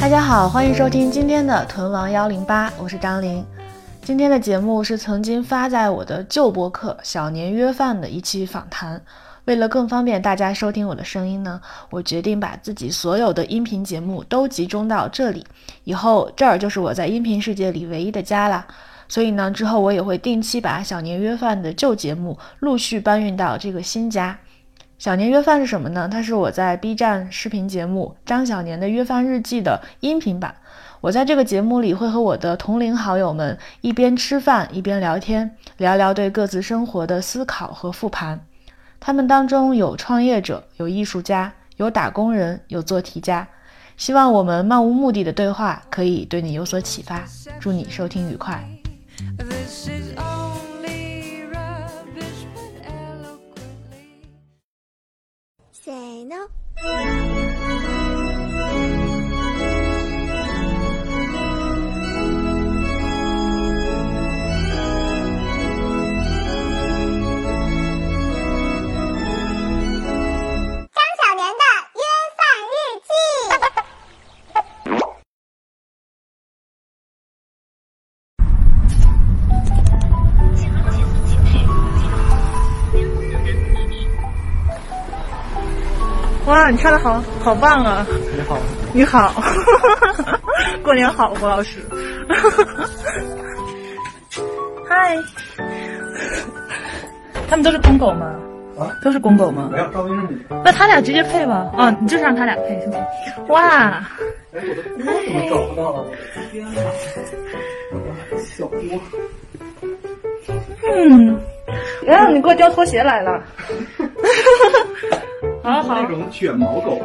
大家好，欢迎收听今天的屯王108，我是张琳。今天的节目是曾经发在我的旧播客小年约饭的一期访谈。为了更方便大家收听我的声音呢，我决定把自己所有的音频节目都集中到这里，以后这儿就是我在音频世界里唯一的家啦。所以呢，之后我也会定期把小年约饭的旧节目陆续搬运到这个新家。小年约饭是什么呢？它是我在 B 站视频节目张小年的约饭日记的音频版。我在这个节目里会和我的同龄好友们一边吃饭一边聊天，聊聊对各自生活的思考和复盘。他们当中有创业者，有艺术家，有打工人，有做题家。希望我们漫无目的的对话可以对你有所启发。祝你收听愉快。 Say no. 哇，你穿的好棒啊！ 你好， 你好，过年好，胡老师。嗨，他们都是公狗吗？ 啊， 都是公狗吗？ 没有，赵薇是女的。 那他俩直接配吧？哦，你就是让他俩配是吗？哇！ 哎，我的锅怎么找不到了？我的天哪！我的小锅。 然后你给我叼拖鞋来了。好好， 那种卷毛狗。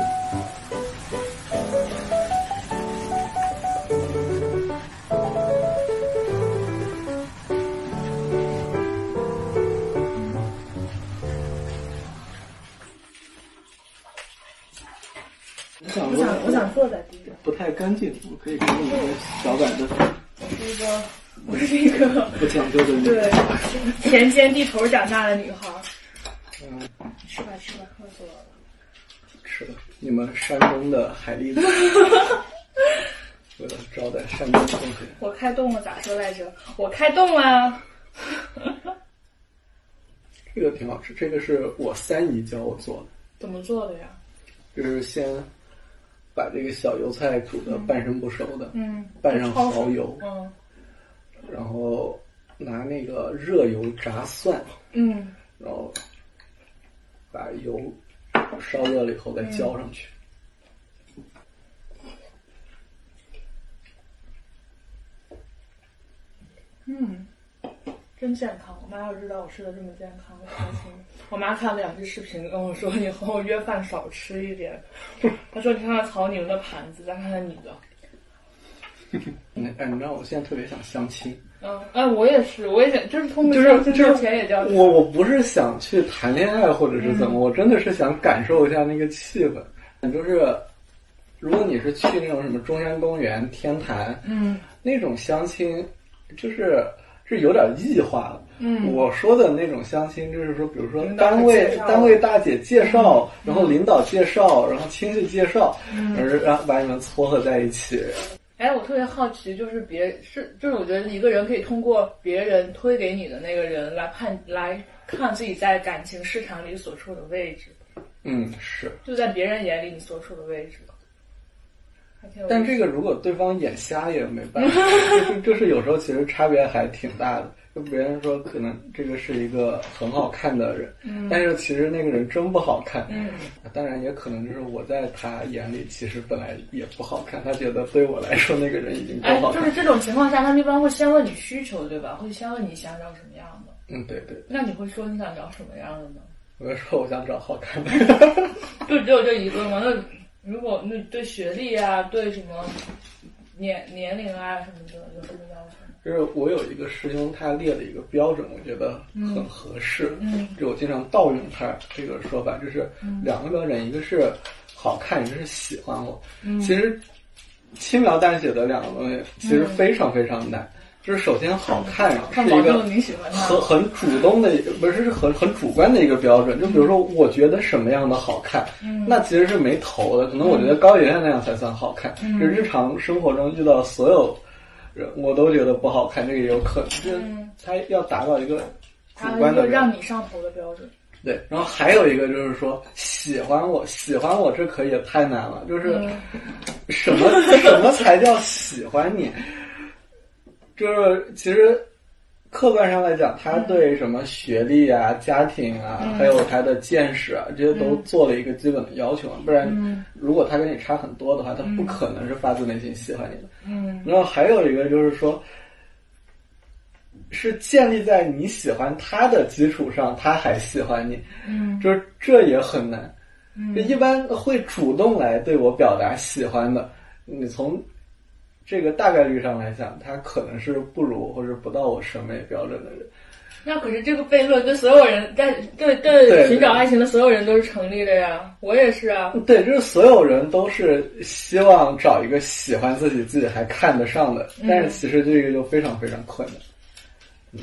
我想坐在这个。 不太干净，我可以给你一个小板凳。 我是一个不讲究的女对田间地头长大的女孩。吃吧，饿死我了。 吃了你们山东的海蛎子。为了招待山东同学， 我开动了，咋说来着？我开动了。 这个挺好吃，这个是我三姨教我做的。 怎么做的呀？ 就是先把这个小油菜煮的半生不熟的，拌上蚝油，然后拿那个热油炸蒜，然后把油烧热了以后再浇上去。 真健康！我妈要知道我吃的这么健康，我开心。我妈看了2期视频，跟我说以后约饭少吃一点。她说你看看曹宁的盘子，再看看你的。 哎，你知道我现在特别想相亲。 我也是，我也想，就是通过相亲交钱也交钱。 我不是想去谈恋爱或者是怎么，我真的是想感受一下那个气氛。就是如果你是去那种什么中山公园、天坛，那种相亲，就是有点异化了。我说的那种相亲，就是说，比如说单位大姐介绍，然后领导介绍，然后亲戚介绍，让把你们撮合在一起。 哎，我特别好奇，就是就是我觉得一个人可以通过别人推给你的那个人来看自己在感情市场里所处的位置。 是。就在别人眼里你所处的位置。 但这个如果对方眼瞎也没办法，就是有时候其实差别还挺大的。就别人说可能这个是一个很好看的人，但是其实那个人真不好看。当然也可能就是我在他眼里其实本来也不好看，他觉得对我来说那个人已经够好看。 就是这种情况下，他们一般会先问你需求，对吧？会先问你想找什么样的。 对对。 那你会说你想找什么样的呢？ 我会说我想找好看的。 就只有这一个吗？那如果对学历啊，对什么年龄啊什么的有什么要求？ 就是我有一个师兄，他列了一个标准，我觉得很合适。就我经常盗用他这个说法，就是2个标准，一个是好看，一个是喜欢我。其实轻描淡写的2个东西，其实非常非常难。 就是首先好看是一个很主动的，不是很主观的一个标准。就比如说，我觉得什么样的好看，那其实是没头的。可能我觉得高圆圆那样才算好看。就日常生活中遇到所有人，我都觉得不好看，这个也有可能。就是他要达到一个主观的让你上头的标准。 对，然后还有一个就是说喜欢我，这可也太难了。就是什么才叫喜欢你？就是其实客观上来讲，他对什么学历啊、家庭啊，还有他的见识啊，这些都做了一个基本的要求，不然如果他跟你差很多的话，他不可能是发自内心喜欢你的。然后还有一个就是说，是建立在你喜欢他的基础上，他还喜欢你。就是这也很难。就一般会主动来对我表达喜欢的，你从这个大概率上来讲，他可能是不如或者不到我审美标准的人。 那可是这个悖论对所有人，对寻找爱情的所有人都是成立的呀。我也是啊。 对，就是所有人都是希望找一个喜欢自己还看得上的，但是其实这个就非常非常困难。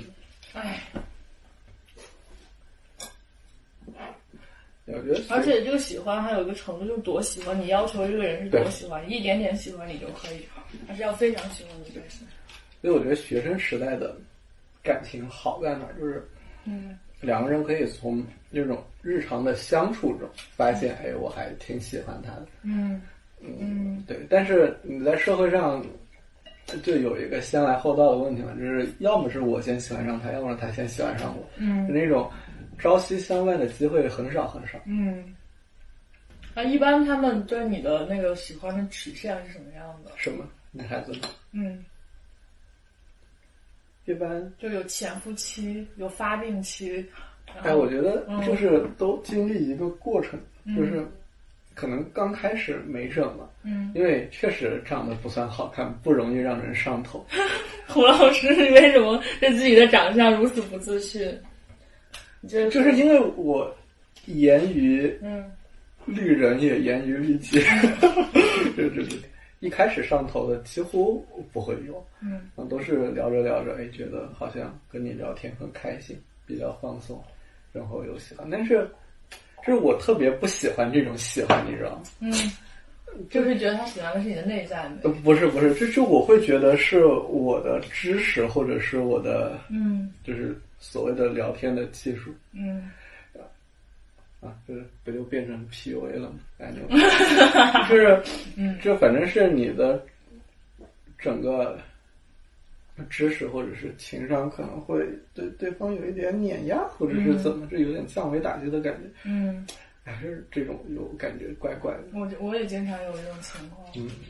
而且这个喜欢还有一个程度，就是多喜欢你，要求这个人是多喜欢，一点点喜欢你就可以，还是要非常喜欢你才行。 所以我觉得学生时代的感情好在哪儿，就是两个人可以从这种日常的相处中发现，我还挺喜欢他的。对。但是你在社会上就有一个先来后到的问题嘛，就是要么是我先喜欢上他，要么是他先喜欢上我。就那种朝夕相伴的机会很少很少。 一般他们对你的那个喜欢的曲线是什么样的？ 什么？女孩子吗？一般就有潜伏期，有发病期。 我觉得就是都经历一个过程，就是可能刚开始没什么，因为确实长得不算好看，不容易让人上头。 胡老师为什么对自己的长相如此不自信？ 就是因为我严于律人，也严于律己。一开始上头的几乎不会有，都是聊着聊着，觉得好像跟你聊天很开心，比较放松，然后有喜欢。但是就是我特别不喜欢这种喜欢，你知道吗？ 就是觉得他喜欢的是你的内在美。 不是，这我会觉得是我的知识，或者是我的就是所谓的聊天的技术。这就变成 PUA 了吗？感觉就是这反正是你的整个知识或者是情商可能会对对方有一点碾压，或者是怎么，这有点降维打击的感觉。还是这种有感觉怪怪的。 我也经常有这种情况。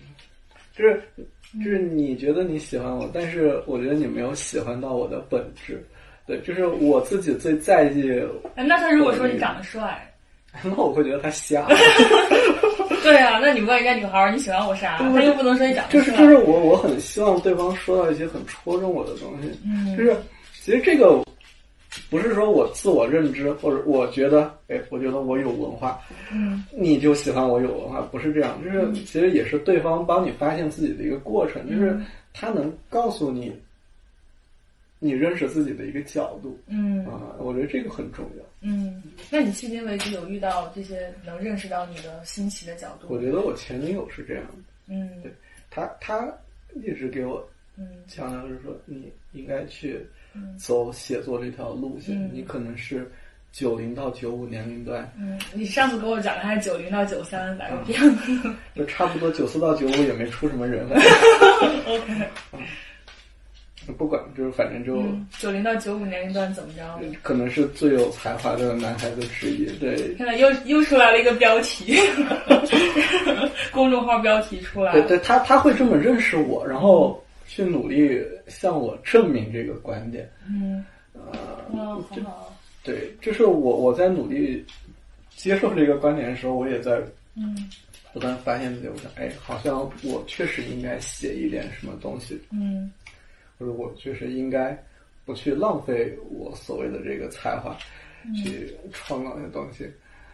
就是你觉得你喜欢我，但是我觉得你没有喜欢到我的本质。对，就是我自己最在意。 那他如果说你长得帅， 那我会觉得他瞎。 对啊，那你问人家女孩你喜欢我啥？他又不能说你长得帅。 就是我很希望对方说到一些很戳中我的东西。就是其实这个不是说我自我认知，或者我觉得我觉得我有文化，你就喜欢我有文化，不是这样。就是其实也是对方帮你发现自己的一个过程，就是他能告诉你你认识自己的一个角度。我觉得这个很重要。 那你迄今为止有遇到这些能认识到你的新奇的角度？ 我觉得我前女友是这样的。对，她一直给我强调是说，你应该去走写作这条路线。你可能是90到95年龄段。 你上次跟我讲的还是90到93，哪个变？ 就差不多94到95也没出什么人来。 OK。 不管，就是反正就 90到95年龄段怎么着？ 可能是最有才华的男孩子之一。对， 看来又出来了一个标题，公众号标题出来了。 对，他会这么认识我，然后去努力向我证明这个观点。 好好。 对，就是我在努力接受这个观点的时候，我也在不断发现自己，我想，好像我确实应该写一点什么东西。或者我确实应该不去浪费我所谓的这个才华，去创造一些东西。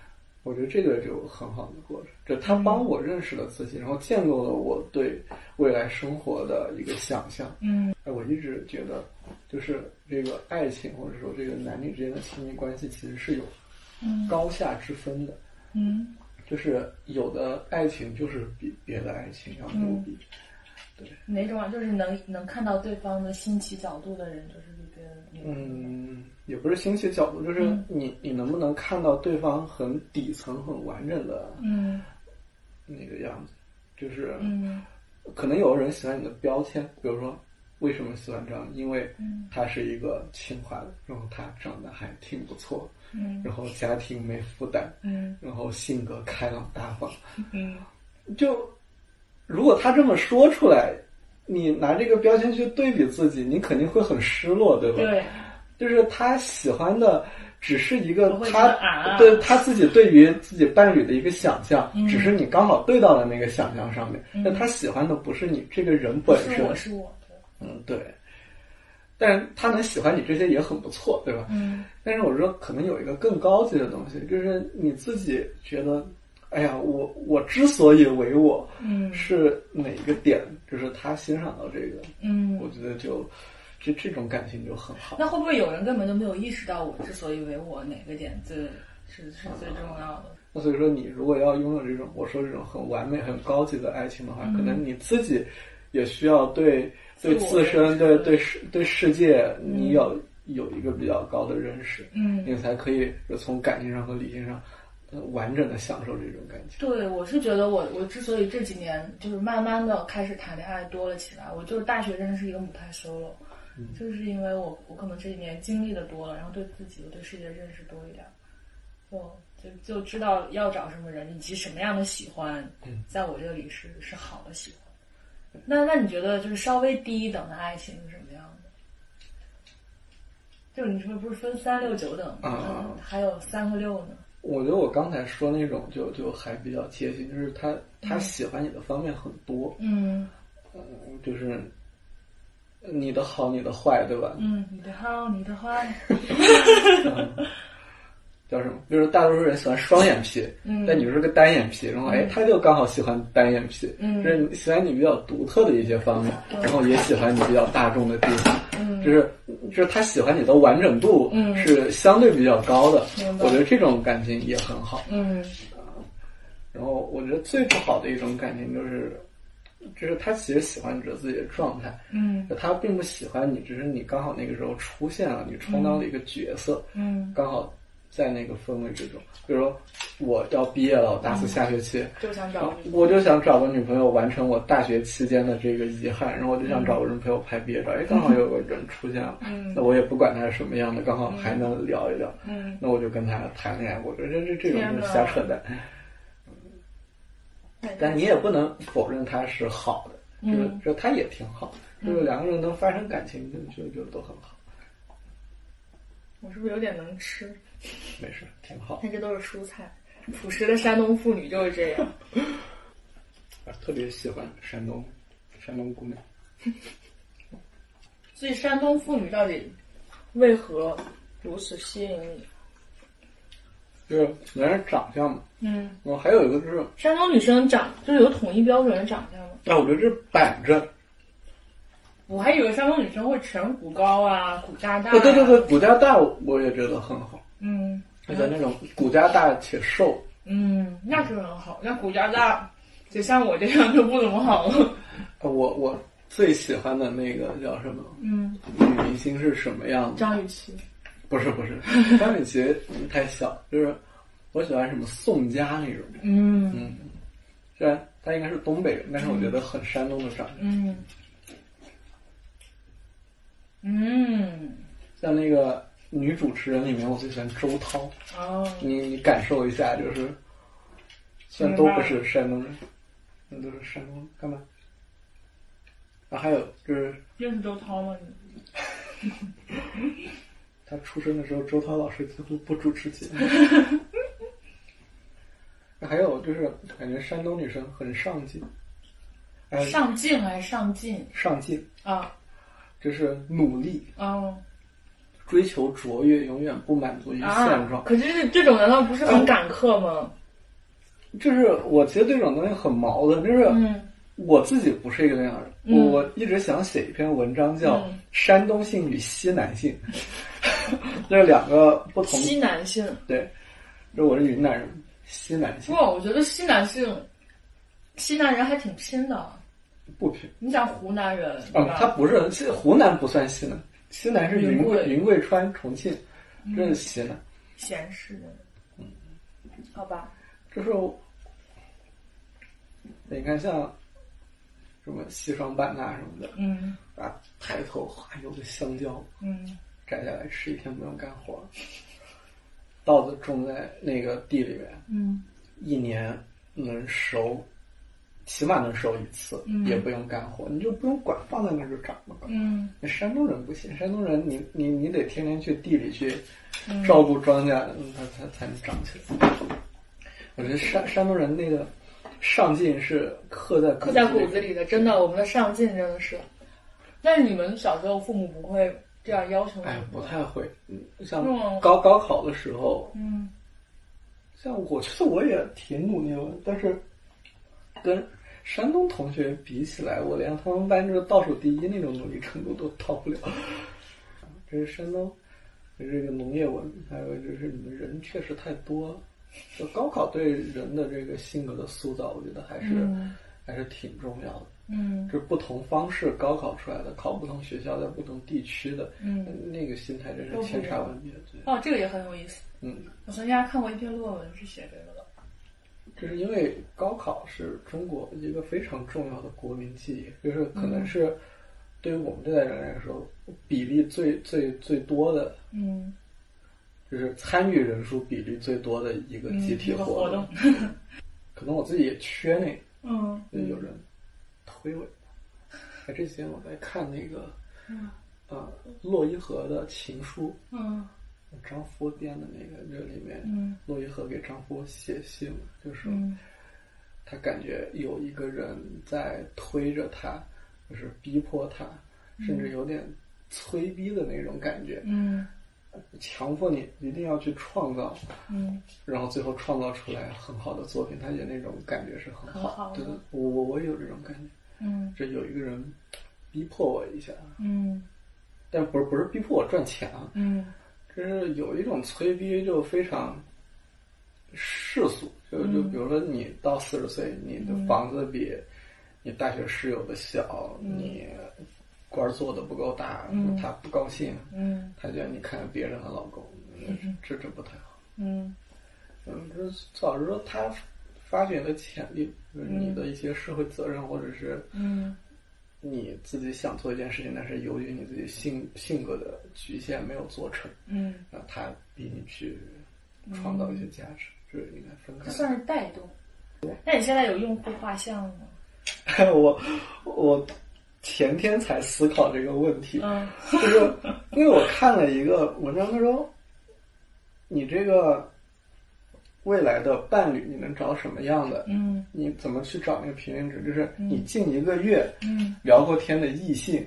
我觉得这个就很好的过程，就他帮我认识了自己，然后建构了我对未来生活的一个想象。我一直觉得，就是这个爱情或者说这个男女之间的亲密关系，其实是有高下之分的。就是有的爱情就是比别的爱情要牛逼。对， 哪种啊？就是能看到对方的新奇角度的人，就是比别人牛逼。 也不是新奇角度，就是你能不能看到对方很底层、很完整的那个样子，就是可能有的人喜欢你的标签，比如说为什么喜欢这样？因为他是一个清华的，然后他长得还挺不错，然后家庭没负担，然后性格开朗大方，就如果他这么说出来，你拿这个标签去对比自己，你肯定会很失落，对吧？ 对， 就是他喜欢的只是一个对他自己对于自己伴侣的一个想象，只是你刚好对到了那个想象上面。但他喜欢的不是你这个人本身， 是我。 对。但是他能喜欢你这些也很不错，对吧？但是我说可能有一个更高级的东西，就是你自己觉得，哎呀，我之所以为我，是哪一个点，就是他欣赏到这个，我觉得就这种感情就很好。 那会不会有人根本就没有意识到我之所以为我哪个点是最重要的？ 那所以说，你如果要拥有这种我说这种很完美、很高级的爱情的话，可能你自己也需要对自身、对世界，你要有一个比较高的认识，你才可以从感情上和理性上完整的享受这种感情。 对，我是觉得我之所以这几年就是慢慢的开始谈恋爱多了起来，我就是大学认识一个母胎 solo，就是因为我可能这几年经历的多了，然后对自己、对世界认识多一点，就知道要找什么人以及什么样的喜欢，在我这里是好的喜欢。那你觉得就是稍微低一等的爱情是什么样的？就你说不是分3、6、9等，还有3和6呢？ 我觉得我刚才说那种就还比较接近，就是他喜欢你的方面很多，就是你的好，你的坏，对吧？ 你的好，你的坏。 叫什么？就是大多数人喜欢双眼皮，但你是个单眼皮，然后他就刚好喜欢单眼皮，就是喜欢你比较独特的一些方面，然后也喜欢你比较大众的地方，就是他喜欢你的完整度是相对比较高的，我觉得这种感情也很好，然后我觉得最不好的一种感情就是他其实喜欢着自己的状态，他并不喜欢你，只是你刚好那个时候出现了，你充当了一个角色，刚好在那个氛围之中。比如说我要毕业了，我大4下学期我就想找个女朋友完成我大学期间的这个遗憾，然后我就想找个人陪我拍毕业照，刚好有个人出现了，那我也不管他是什么样的，刚好还能聊一聊，那我就跟他谈恋爱。我觉得这种是瞎扯淡，但你也不能否认他是好的，就是他也挺好的，就是两个人能发生感情就都很好。 我是不是有点能吃？ 没事，挺好。 但这都是蔬菜。朴实的山东妇女就是这样。 特别喜欢山东姑娘。 所以山东妇女到底为何如此吸引你？ 就是男人长相嘛，还有一个就是山东女生就是有统一标准的长相吗？ 我觉得是板正。 我还以为山东女生会颧骨高啊，骨架大。 对，骨架大我也觉得很好。而且那种骨架大且瘦。 那是很好。那骨架大，就像我这样就不怎么好了。 我最喜欢的那个叫什么？女明星是什么样的？ 张雨绮。 不是，张雨绮太小，就是我喜欢什么宋佳那种。虽然她应该是东北人，但是我觉得很山东的长相。像那个女主持人里面，我最喜欢周涛。你感受一下，就是虽然都不是山东人，那都是山东人，干嘛？还有就是认识周涛吗？你？ 他出生的时候，周涛老师几乎不主持节目。还有就是感觉山东女生很上进。 上进还是上进？ 上进啊。 就是努力， 追求卓越，永远不满足于现状。 可是这种难道不是很赶客吗？ 就是我其实对这种东西很矛盾，就是我自己不是一个那样的人，我一直想写一篇文章叫山东性与西南性，这两个不同。 西南性， 对，就我是云南人，西南性。 哇，我觉得西南性，西南人还挺拼的。 不拼。 你想湖南人？ 他不是，湖南不算西南，西南是云贵川、重庆，这是西南。 咸湿的。好吧。 就是你看像什么西双版纳什么的，抬头有个香蕉，摘下来吃一天不用干活，稻子种在那个地里面，一年能收，起码能收一次，也不用干活，你就不用管，放在那儿就长了。那山东人不行，山东人你得天天去地里去照顾庄稼，它才能长起来。我觉得山东人那个上进是刻在骨子里的，真的，我们的上进真的是。但是你们小时候父母不会这样要求你？ 不太会。像高考的时候，像我觉得我也挺努力的，但是跟山东同学比起来，我连他们班这个倒数第一那种努力程度都到不了。这是山东，这个农业文，还有就是你们人确实太多了。就高考对人的这个性格的塑造，我觉得还是挺重要的。就是不同方式高考出来的，考不同学校，在不同地区的，那个心态真是千差万别。 哦，这个也很有意思。我曾经还看过一篇论文是写这个的。 这是因为高考是中国一个非常重要的国民记忆，就是可能是对于我们这代人来说，比例最多的。就是参与人数比例最多的一个集体活动，可能我自己也缺那个，有人推我。之前我在看那个，洛伊河的情书，张夫编的那个，这里面，洛伊河给张夫写信，就是他感觉有一个人在推着他，就是逼迫他，甚至有点催逼的那种感觉，强迫你一定要去创造，然后最后创造出来很好的作品，他也那种感觉是很好。对，我也有这种感觉。这有一个人逼迫我一下，但不是逼迫我赚钱啊，就是有一种催逼就非常世俗，就比如说你到40岁，你的房子比你大学室友的小，你官做的不够大，他不高兴，他觉得你看别人的老公，这不太好。就是早知道他发掘的潜力，就是你的一些社会责任，或者是你自己想做一件事情，但是由于你自己性格的局限没有做成，他逼你去创造一些价值，这应该分开。 这算是带动。那你现在有用户画像吗？ 我前天才思考这个问题，就是因为我看了一个文章，他说你这个未来的伴侣你能找什么样的？你怎么去找那个平均值？就是你近1个月聊过天的异性，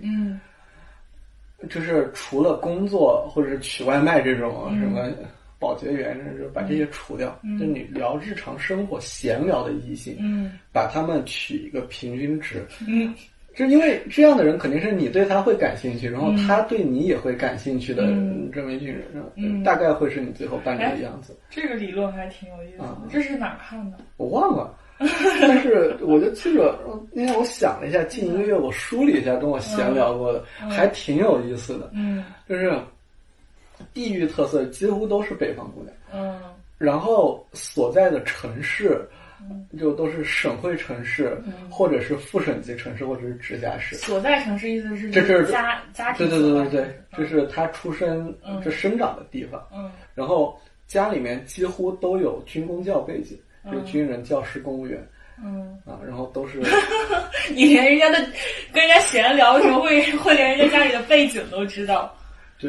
就是除了工作或者是取外卖这种什么保洁员，就把这些除掉，就你聊日常生活闲聊的异性，把他们取一个平均值，就因为这样的人肯定是你对他会感兴趣，然后他对你也会感兴趣的这么一群人，大概会是你最后伴侣的样子。 这个理论还挺有意思的，这是哪儿看的？ 我忘了，但是我就记着，那天我想了一下，近1个月我梳理一下跟我闲聊过的，还挺有意思的。就是地域特色几乎都是北方姑娘，然后所在的城市就都是省会城市，或者是副省级城市，或者是直辖市。所在城市意思是这是家庭，对，这是他出生这生长的地方。然后家里面几乎都有军公教背景，就军人、教师、公务员。然后都是你连人家的跟人家闲聊的时候会连人家家里的背景都知道， 对。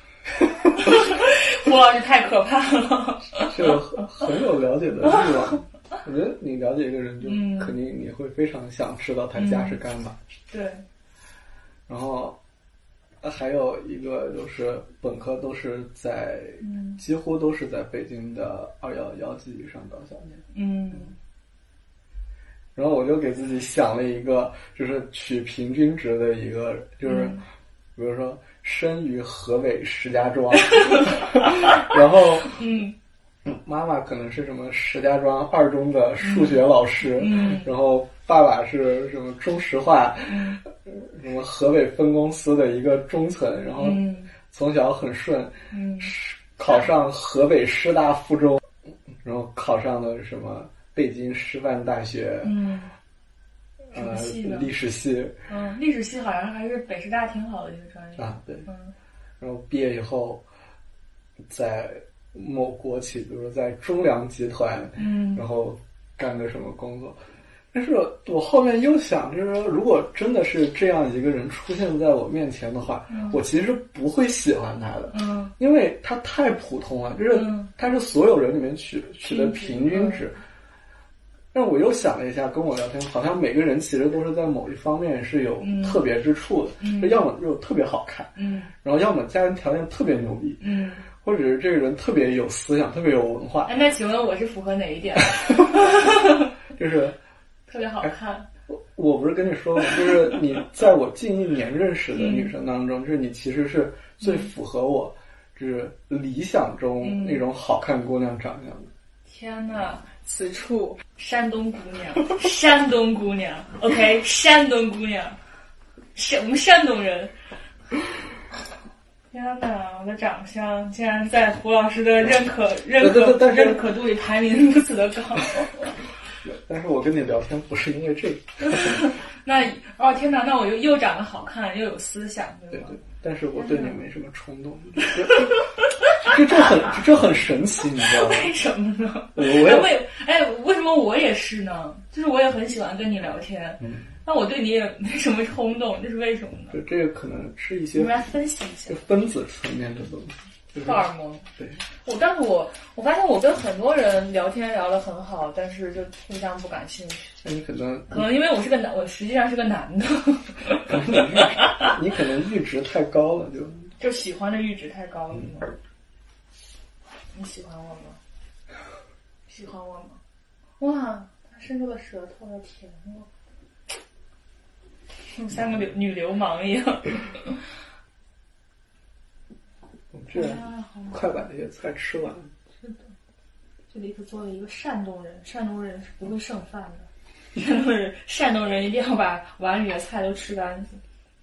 胡老师太可怕了， 就很有了解的欲望。我觉得你了解一个人，就肯定你会非常想知道他家是干嘛。 对。 然后还有一个就是本科都是在，几乎都是在北京的211继续上到小年。然后我就给自己想了一个，就是取平均值的一个，就是比如说生于河北石家庄，然后妈妈可能是什么石家庄2中的数学老师，然后爸爸是什么中石化，什么河北分公司的一个中层，然后从小很顺，考上河北师大附中，然后考上了什么北京师范大学，历史系， 历史系好像还是北师大挺好的一个专业啊，对，然后毕业以后，在某国企，比如说在中粮集团，然后干个什么工作，但是我后面又想，就是说，如果真的是这样一个人出现在我面前的话，我其实不会喜欢他的，因为他太普通了，就是他是所有人里面取的平均值。但我又想了一下，跟我聊天，好像每个人其实都是在某一方面是有特别之处的，要么就特别好看，然后要么家庭条件特别牛逼，或者是这个人特别有思想，特别有文化。 那请问我是符合哪一点？ 就是特别好看。 我不是跟你说吗？就是你在我近1年认识的女生当中，就是你其实是最符合我就是理想中那种好看姑娘长相的。 天哪！此处山东姑娘，山东姑娘 ，OK， 山东姑娘，我们山东人。天哪，我的长相竟然在胡老师的认可度里排名如此的高。 但是我跟你聊天不是因为这个。 天哪，那我又长得好看又有思想，对吗？ 对，但是我对你没什么冲动。这很神奇，你知道吗？ 为什么呢？为什么我也是呢？就是我也很喜欢跟你聊天，那我对你也没什么冲动，这是为什么呢？ 就这个可能是一些我们来分析一下分子层面的东西， 荷尔蒙。 对， 但是我发现我跟很多人聊天聊得很好，但是就互相不感兴趣。 那你可能因为我实际上是个男的， 你可能阈值太高了， 就喜欢的阈值太高了吗？你喜欢我吗？喜欢我吗？哇，他伸出了舌头要舔我，像3个女流氓一样。 我们这快把这些菜吃完了。 是的，这里可做了一个山东人，山东人是不会剩饭的，山东人一定要把碗里的菜都吃干净。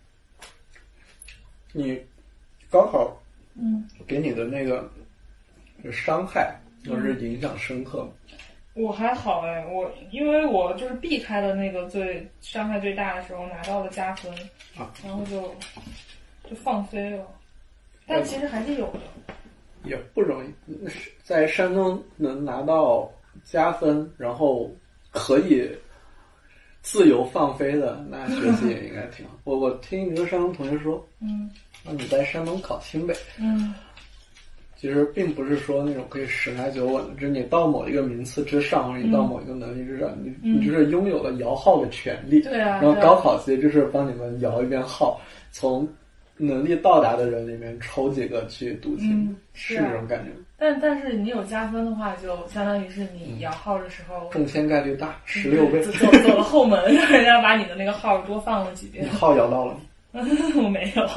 你高考，给你的那个伤害或者是影响深刻吗？ 我还好因为我就是避开了那个伤害最大的时候拿到了加分，然后就放飞了，但其实还是有的。 也不容易，在山东能拿到加分，然后可以自由放飞的，那学习也应该挺好。我听一个山东同学说，你在山东考清北，其实并不是说那种可以10来9稳的，就是你到某一个名次之上，或者你到某一个能力之上，你就是拥有了摇号的权利。 对啊。 然后高考其实就是帮你们摇一遍号，从能力到达的人里面抽几个去读清，是这种感觉。 但是你有加分的话，就相当于是你摇号的时候中签概率大，16倍。 走了后门，人家把你的那个号多放了几遍。 你号摇到了吗？ 我没有。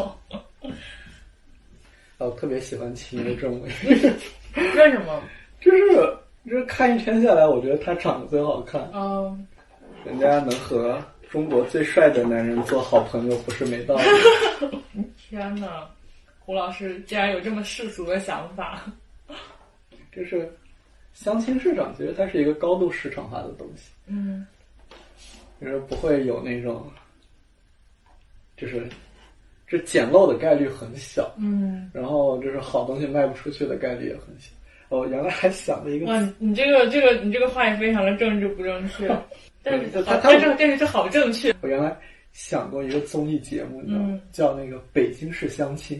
我特别喜欢齐的政委。 为什么？ 就是看一圈下来，我觉得他长得最好看。人家能和中国最帅的男人做好朋友，不是没道理。 天哪，胡老师竟然有这么世俗的想法。 就是相亲市场，其实它是一个高度市场化的东西。就是不会有那种，就是这捡漏的概率很小。然后就是好东西卖不出去的概率也很小。我原来还想了一个， 哇，你这个话也非常的政治不正确。但是这好正确。 我原来想过一个综艺节目，你知道吗？叫那个《北京市相亲》。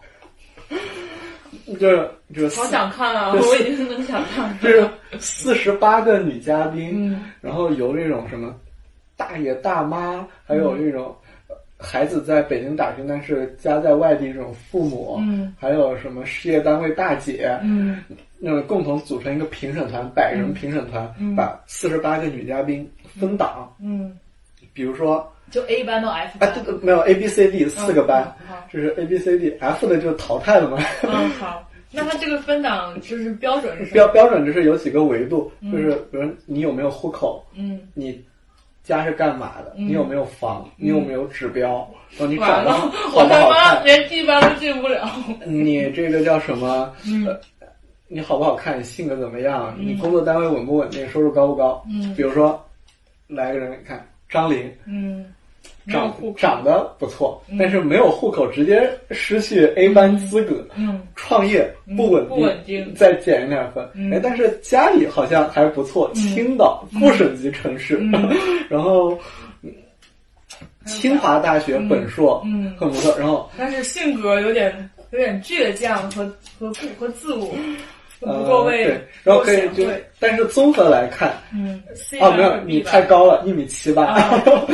就是好想看啊！我已经能想象。 就是48个女嘉宾，然后有那种什么大爷大妈，还有那种孩子在北京打拼，但是家在外地这种父母，还有什么事业单位大姐，共同组成一个评审团，100人评审团，把48个女嘉宾分档，比如说就 A 班到 F 班， 对，没有 A B C D 4个班，就是 A B C D，F 的就淘汰了嘛。 好。那它这个分档就是标准是什么？ 标准就是有几个维度，就是比如你有没有户口，你家是干嘛的，你有没有房，你有没有指标，然后你长得好不好看， 我他妈连D班都进不了。你这个叫什么？你好不好看，性格怎么样，你工作单位稳不稳定，收入高不高？比如说来个人看张琳，长得不错，但是没有户口，直接失去 A 班资格。创业不稳定，再减一点分。但是家里好像还不错，青岛副省级城市，然后清华大学本硕，很不错。然后但是性格有点倔强和自我。不够位， 对，然后可以就，但是综合来看，没有，你太高了，1.78米，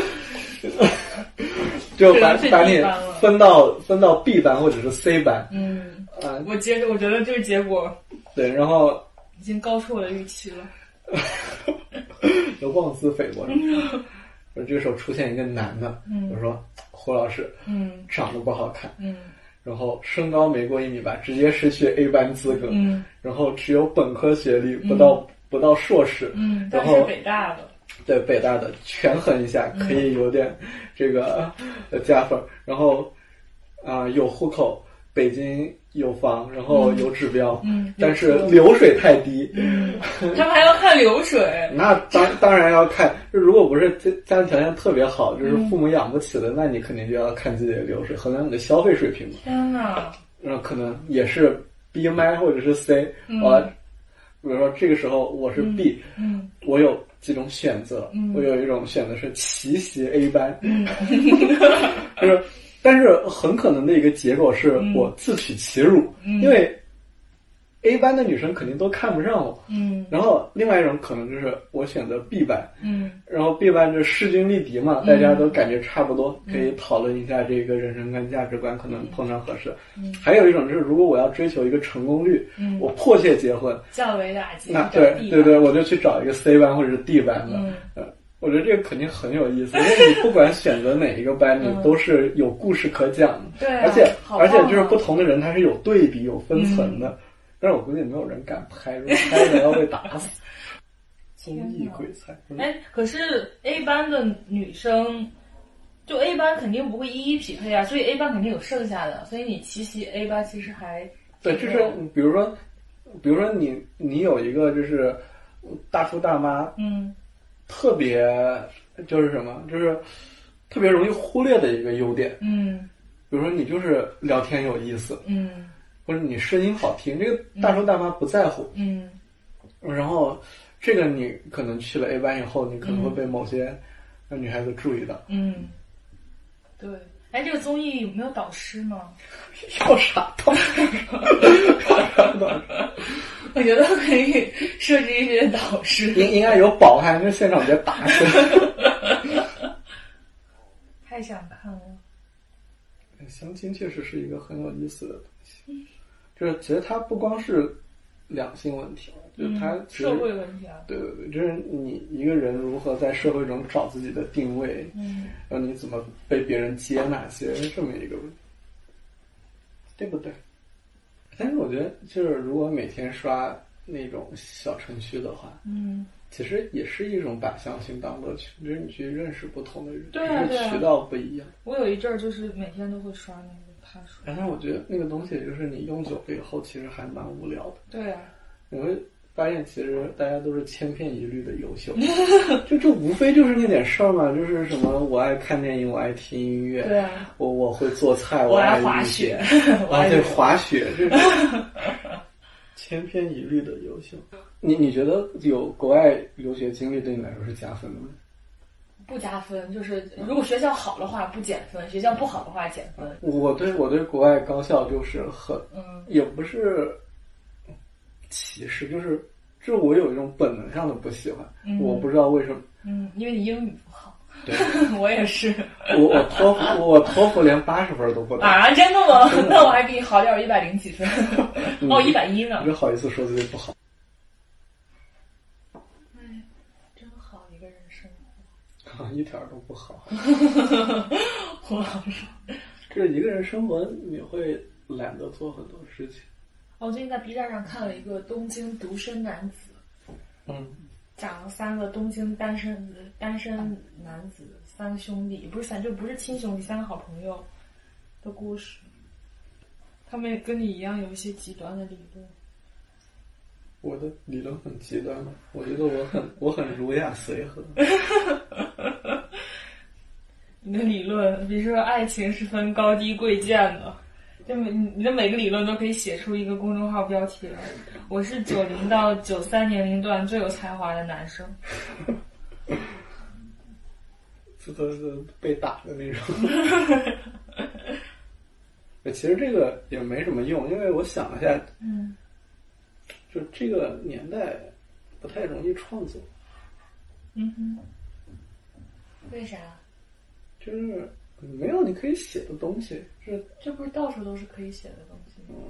就把你分到 B 班或者是 C 班。 我觉得这个结果， 对，然后已经高出我的预期了， 有妄自菲薄。这时候出现一个男的，就说胡老师，长得不好看，然后身高没过1.8米，直接失去 A 班资格，然后只有本科学历，不到硕士，然后但是北大的， 对，北大的权衡一下可以有点这个加分，然后有户口，北京有房，然后有指标，但是流水太低， 他们还要看流水， 那当然要看，如果不是家庭条件特别好，就是父母养不起的，那你肯定就要看自己的流水，衡量你的消费水平嘛。 天哪， 那可能也是 B 麦或者是 C，比如说这个时候我是 B，我有几种选择，我有一种选择是奇袭 A 班，就是。但是很可能的一个结果是我自取其辱，因为 A 班的女生肯定都看不上我，然后另外一种可能就是我选择 B 班，然后 B 班就势均力敌嘛，大家都感觉差不多，可以讨论一下这个人生观价值观可能碰上合适。还有一种就是如果我要追求一个成功率，我迫切结婚， 较为打击， 那对，我就去找一个 C 班或者是 D 班的，我觉得这个肯定很有意思，因为你不管选择哪一个班，你都是有故事可讲的。 对， 而且就是不同的人他是有对比、有分层的。但是我估计没有人敢拍，如果拍了要被打死。综艺鬼才。 可是 A 班的女生，就 A 班肯定不会一一匹配啊，所以 A 班肯定有剩下的，所以你奇袭 A 班其实还对，就是比如说你有一个就是大叔大妈，特别就是什么，就是特别容易忽略的一个优点，比如说你就是聊天有意思，或者你声音好听，这个大叔大妈不在乎，然后这个你可能去了 A 班以后，你可能会被某些女孩子注意到， 对，这个综艺有没有导师呢？ 有啥导师？ 我觉得可以设置一些导师， 应该有保安，就现场直接打死。 太想看了。 相亲确实是一个很有意思的东西，就是其实它不光是两性问题了，就是它社会问题啊。 对，就是你一个人如何在社会中找自己的定位，然后你怎么被别人接纳，其实是这么一个问题，对不对？但是我觉得，就是如果每天刷那种小程序的话，其实也是一种把相亲当乐趣，就是你去认识不同的人， 对啊， 渠道不一样。 我有一阵儿就是每天都会刷那个他说， 但是我觉得那个东西就是你用久了以后，其实还蛮无聊的。 对啊， 你会发现其实大家都是千篇一律的优秀，就无非就是那点事儿嘛，就是什么我爱看电影，我爱听音乐， 对啊， 我会做菜， 我爱滑雪， 对滑雪，这种千篇一律的优秀。你觉得有国外留学经历对你来说是加分的吗？ 不加分，就是如果学校好的话不减分，学校不好的话减分。 我对国外高校就是很，也不是歧视，就是我有一种本能上的不喜欢，我不知道为什么。 因为你英语不好。 对， 我也是。 我托福连80分都不到啊！真的吗？那我还比你好点，100几分。哦，110呢。 你好意思说自己不好？ 哎，真好一个人生活。 一点都不好。 胡老师， 这一个人生活，你会懒得做很多事情。 我最近在 B 站上看了一个东京独身男子，讲了3个东京单身男子，3个兄弟，不是亲兄弟，3个好朋友的故事。他们也跟你一样有一些极端的理论。 我的理论很极端吗？我觉得我很儒雅随和。 你的理论，比如说爱情是分高低贵贱的，就你的每个理论都可以写出一个公众号标题来。我是90到93年龄段最有才华的男生。 这都是被打的那种。其实这个也没什么用，因为我想了一下，就这个年代不太容易创作。 为啥？ 就是没有你可以写的东西， 这不是到处都是可以写的东西吗？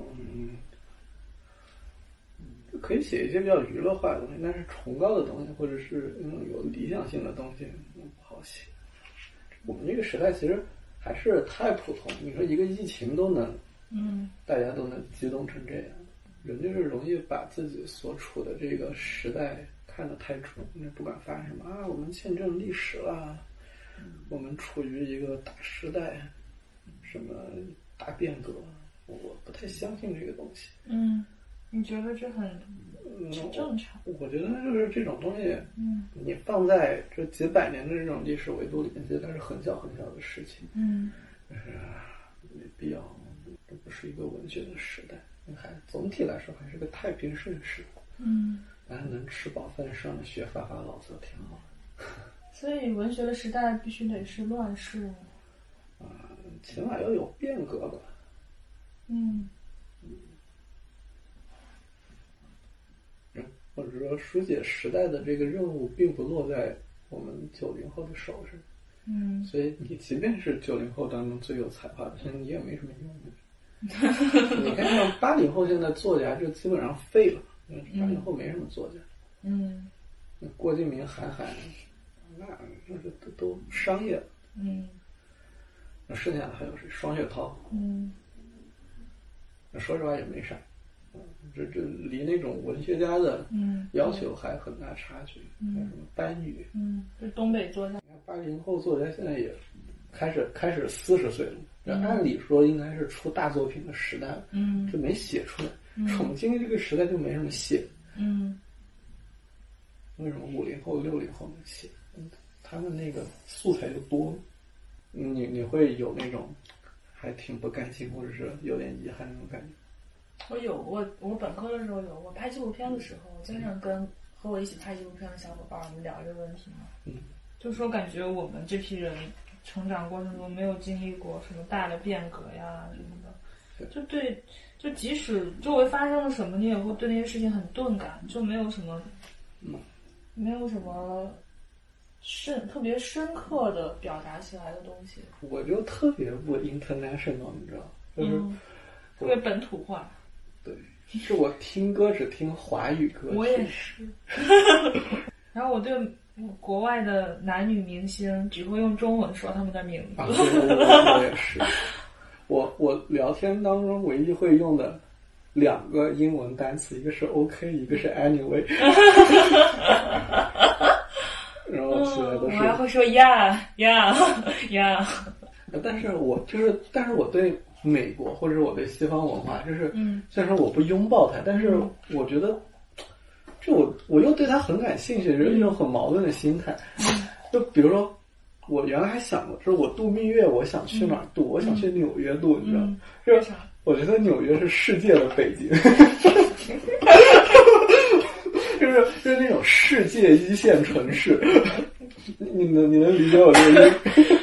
可以写一些比较娱乐化的东西，但是崇高的东西或者是那种有理想性的东西不好写。我们这个时代其实还是太普通，你说一个疫情都能，大家都能激动成这样，人就是容易把自己所处的这个时代看得太重，不管发生什么啊，我们见证历史了，我们处于一个大时代，什么大变革，我不太相信这个东西。 你觉得这很正常？ 我觉得就是这种东西，你放在这几百年的这种历史维度里面，其实它是很小很小的事情。但是没必要，这不是一个文学的时代，总体来说还是个太平盛世。大家能吃饱饭上学发发牢骚挺好的。 所以文学的时代必须得是乱世吗？ 起码要有变革吧。或者说书写时代的这个任务并不落在我们90后的手上。所以你即便是90后当中最有才华的，你也没什么用。你看像80后现在作家就基本上废了，80后没什么作家。郭敬明、韩寒，那是都商业了。那剩下的还有谁？双雪涛。说实话也没啥。这离那种文学家的要求还很大差距。还有什么班宇， 就东北作家。 你看80后作家现在也开始40岁了，按理说应该是出大作品的时代了，这没写出来。我们今天这个时代就没什么写。为什么50后、60后能写？他们那个素材就多，你会有那种还挺不甘心，或者是有点遗憾那种感觉。 我本科的时候有，我拍纪录片的时候，经常跟和我一起拍纪录片的小伙伴我们聊这个问题嘛。就说感觉我们这批人成长过程中没有经历过什么大的变革呀什么的，就即使周围发生了什么，你也会对那些事情很钝感，就没有什么特别深刻的表达起来的东西。 我就特别不 international， 你知道，就是特别本土化。 对，是我听歌只听华语歌曲。 我也是。然后我对国外的男女明星只会用中文说他们的名字。 我也是。我聊天当中唯一会用的2个英文单词，一个是 OK， 一个是 anyway。然后其他都是。我还会说 yeah。 但是我对美国或者是我对西方文化，就是虽然说我不拥抱它，但是我觉得，我又对它很感兴趣，就是一种很矛盾的心态。就比如说，我原来还想过，说我度蜜月，我想去哪儿度？我想去纽约度，你知道吗？就是我觉得纽约是世界的北京。就是那种世界一线城市。你能理解我这个意思？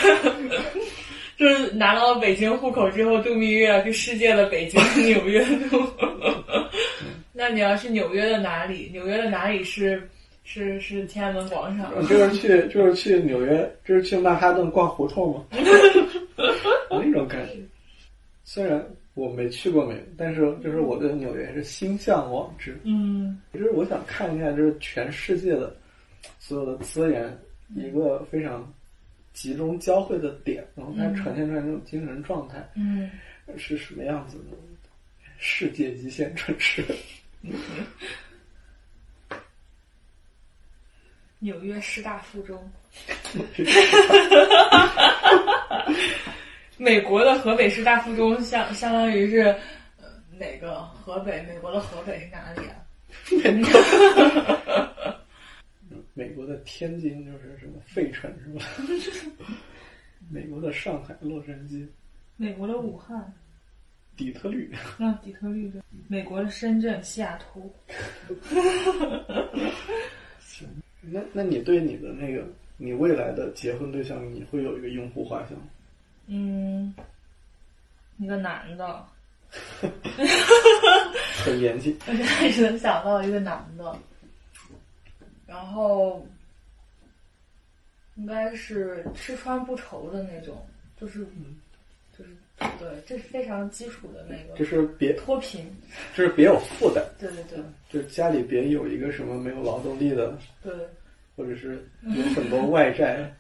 就是拿到北京户口之后度蜜月，去世界的北京纽约度。那你要是纽约的哪里？纽约的哪里是是天安门广场。 就是去纽约，就是去曼哈顿逛胡同嘛，那种感觉。虽然我没去过美国，但是就是我对纽约是心向往之。就是我想看一下，就是全世界的所有的资源一个非常集中交汇的点，然后它呈现出来这种精神状态，是什么样子的？世界极限城市。 纽约师大附中。美国的河北师大附中相当于是哪个河北？美国的河北是哪里啊？ 美国的天津就是什么费城是吧？美国的上海洛杉矶， 美国的武汉底特律， 底特律的，美国的深圳西雅图。 行，那你对你的那个你未来的结婚对象，你会有一个用户画像？ 一个男的。 很严谨。 我开始能想到一个男的，然后应该是吃穿不愁的那种，就是对，这是非常基础的那个， 就是别脱贫， 就是别有负担。 对对对， 就是家里别有一个什么没有劳动力的， 对， 或者是有很多外债，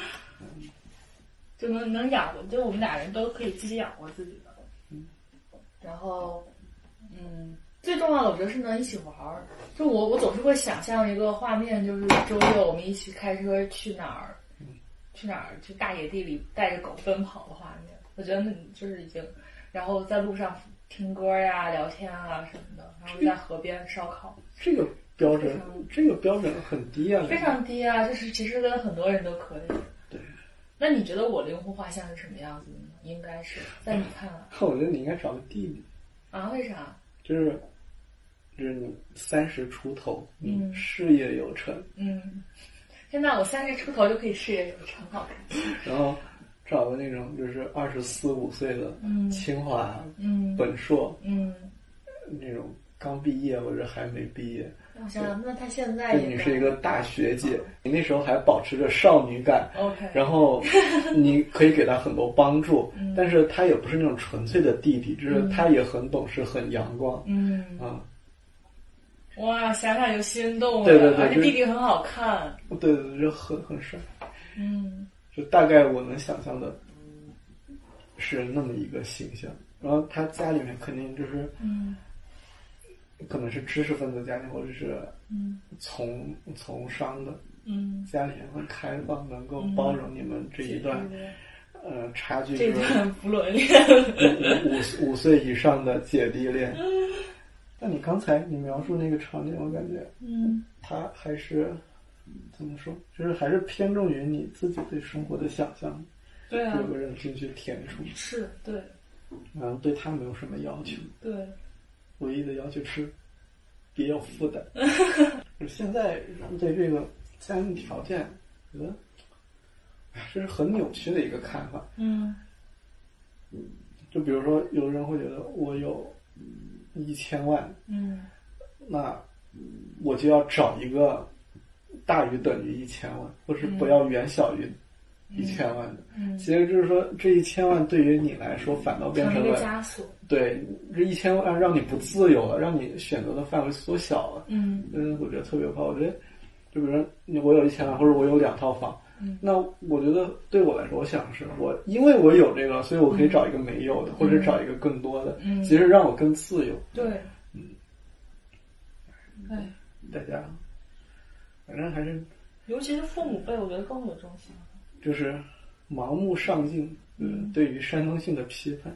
就能养活，就我们俩人都可以自己养活自己的。然后，最重要的我觉得是能一起玩儿。就我总是会想象一个画面，就是周六我们一起开车去哪儿，去大野地里带着狗奔跑的画面。我觉得那就是已经，然后在路上听歌呀、聊天啊什么的，然后在河边烧烤。 这个标准很低啊， 非常低啊！就是其实跟很多人都可以。 对。 那你觉得我灵魂画像是什么样子的呢？应该是在你看来， 我觉得你应该找个弟弟啊？为啥？ 就是你30出头，事业有成， 现在我30出头就可以事业有成，好看。 然后找个那种就是24、25岁的，清华，本硕，那种刚毕业或者还没毕业。 我想想，那他现在你是一个大学姐，你那时候还保持着少女感 ，OK， 然后你可以给他很多帮助，但是他也不是那种纯粹的弟弟，就是他也很懂事，很阳光， 哇，想想就心动了， 对， 而且弟弟很好看， 对，就很帅，就大概我能想象的是那么一个形象，然后他家里面肯定就是，可能是知识分子家庭，或者是从商的，家里很开放，能够包容你们这一段，差距这段不伦恋 ，5岁以上的姐弟恋。但你刚才你描述那个场景，我感觉，他还是怎么说，就是还是偏重于你自己对生活的想象， 对啊， 有个人进去填充， 是对， 然后对他没有什么要求， 对。 唯一的要求是别有负担。现在对这个家庭条件，觉得这是很扭曲的一个看法。就比如说，有的人会觉得我有1000万，那我就要找一个大于等于1000万，或是不要远小于1000万的。其实就是说，这1000万对于你来说，反倒变成了枷锁。对， 这1000万让你不自由了，让你选择的范围缩小了。我觉得特别怕。我觉得，就比如说我有1000万，或者我有2套房，那我觉得对我来说，我想是因为我有这个，所以我可以找一个没有的，或者找一个更多的，其实让我更自由。 对， 大家反正还是， 尤其是父母辈，我觉得更有这种想法， 就是盲目上进，对于山东性的批判。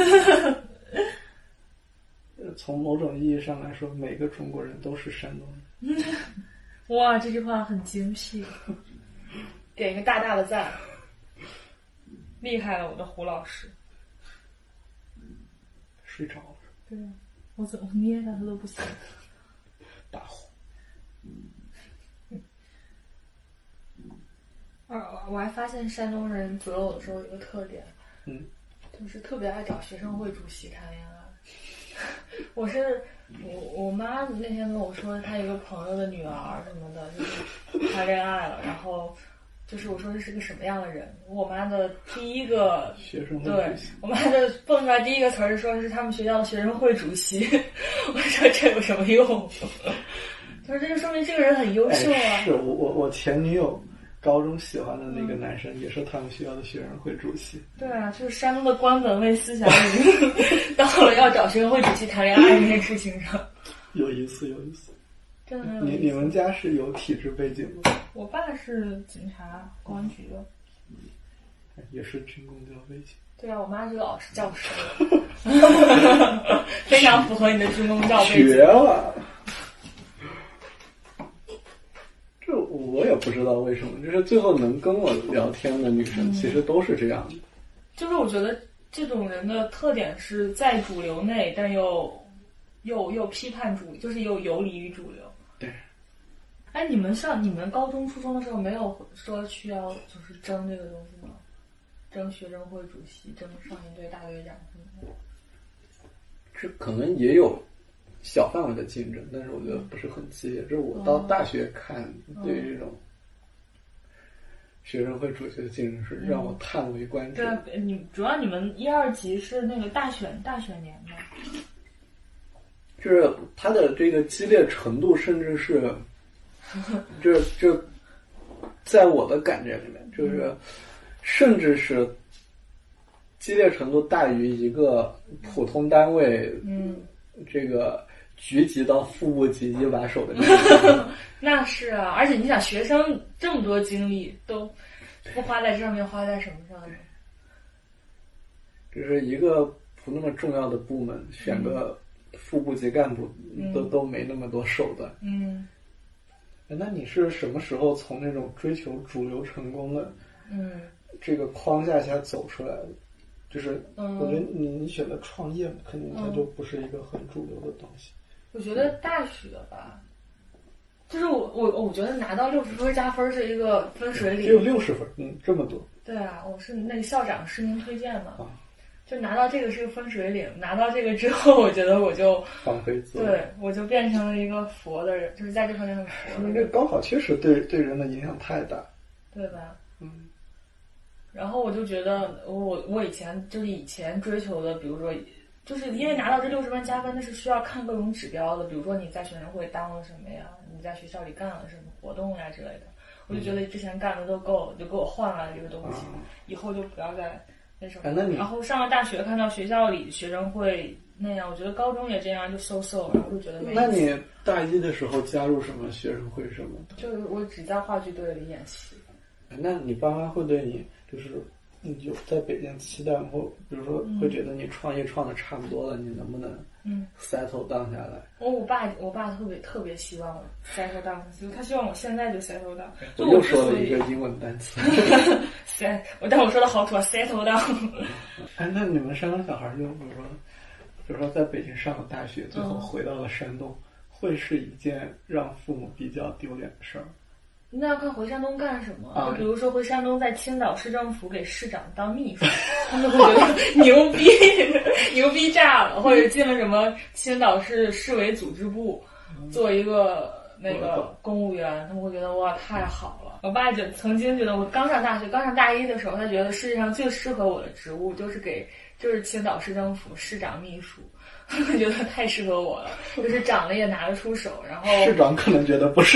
从某种意义上来说，每个中国人都是山东人。 哇，这句话很精辟，点一个大大的赞，厉害了，我的胡老师。 睡着了。 对，我怎么捏他都不行。 大呼。 我还发现山东人择偶的时候有一个特点，就是特别爱找学生会主席谈恋爱。 我妈那天跟我说，她一个朋友的女儿什么的，就是谈恋爱了，然后就是我说这是个什么样的人？我妈的第一个学生会对我妈的蹦出来第一个词儿说是他们学校的学生会主席。我说这有什么用？他说这就说明这个人很优秀啊。 是我前女友高中喜欢的那个男生，也是他们学校的学生会主席。 对啊，就是山东的官本位思想已经到了要找学生会主席谈恋爱这件事情上。 有意思。 真的很有意思。 你们家是有体制背景吗？ 我爸是警察，公安局的。 也是军工教背景。 对啊，我妈是个老师教师，非常符合你的军工教背景。 绝了！这我也不知道为什么，就是最后能跟我聊天的女生，其实都是这样的。 就是我觉得这种人的特点是在主流内，但又批判主，就是又游离于主流。 对。 哎，你们高中、初中的时候没有说需要就是争这个东西吗？争学生会主席，争少年队大队长什么的。 这可能也有小范围的竞争，但是我觉得不是很激烈。这是我到大学看，对于这种学生会主席的竞争是让我叹为观止。 对啊，你们1、2级是那个大选年吗？ 就是它的这个激烈程度，甚至是，这在我的感觉里面，就是甚至是激烈程度大于一个普通单位，这个局级到副部级一把手的这个。 那是啊，而且你想，学生这么多精力都不花在这上面，花在什么上呢？ 就是一个不那么重要的部门，选个副部级干部都没那么多手段。那你是什么时候从那种追求主流成功的这个框架下走出来的？就是我觉得你选择创业，肯定它就不是一个很主流的东西。 我觉得大学吧，就是我觉得拿到60分加分是一个分水岭。 只有60分，这么多。 对啊，我是那个校长实名推荐嘛。就拿到这个是个分水岭，拿到这个之后，我觉得我就放飞自我， 对，我就变成了一个佛的人，就是在这方面很佛的人。 这高考确实对人的影响太大， 对吧？然后我就觉得我以前追求的，比如说，就是因为拿到这60分加分，那是需要看各种指标的，比如说你在学生会当了什么呀，你在学校里干了什么活动呀之类的。我就觉得之前干的都够了，就给我换来了这个东西，以后就不要再。然后上了大学，看到学校里学生会那样，我觉得高中也这样，就so，然后就觉得没意思。 那你大一的时候加入什么学生会什么的？ 就是我只在话剧队里演戏。 那你爸妈会对你就是有在北京期待，或比如说会觉得你创业创的差不多了，你能不能settle down 下来？ 我爸特别希望我 settle down， 他希望我现在就 settle down。 我又说了一个英文单词。 但我说的好土啊 ，settle down。 哎，那你们山东小孩就比如说在北京上了大学，最后回到了山东，会是一件让父母比较丢脸的事儿？ 那要看回山东干什么。就比如说回山东在青岛市政府给市长当秘书，他们会觉得牛逼炸了，或者进了什么青岛市市委组织部，做一个那个公务员，他们会觉得哇太好了。我爸曾经觉得我刚上大一的时候，他觉得世界上最适合我的职务就是青岛市政府市长秘书。我觉得太适合我了，就是长得也拿得出手，然后市长可能觉得不是，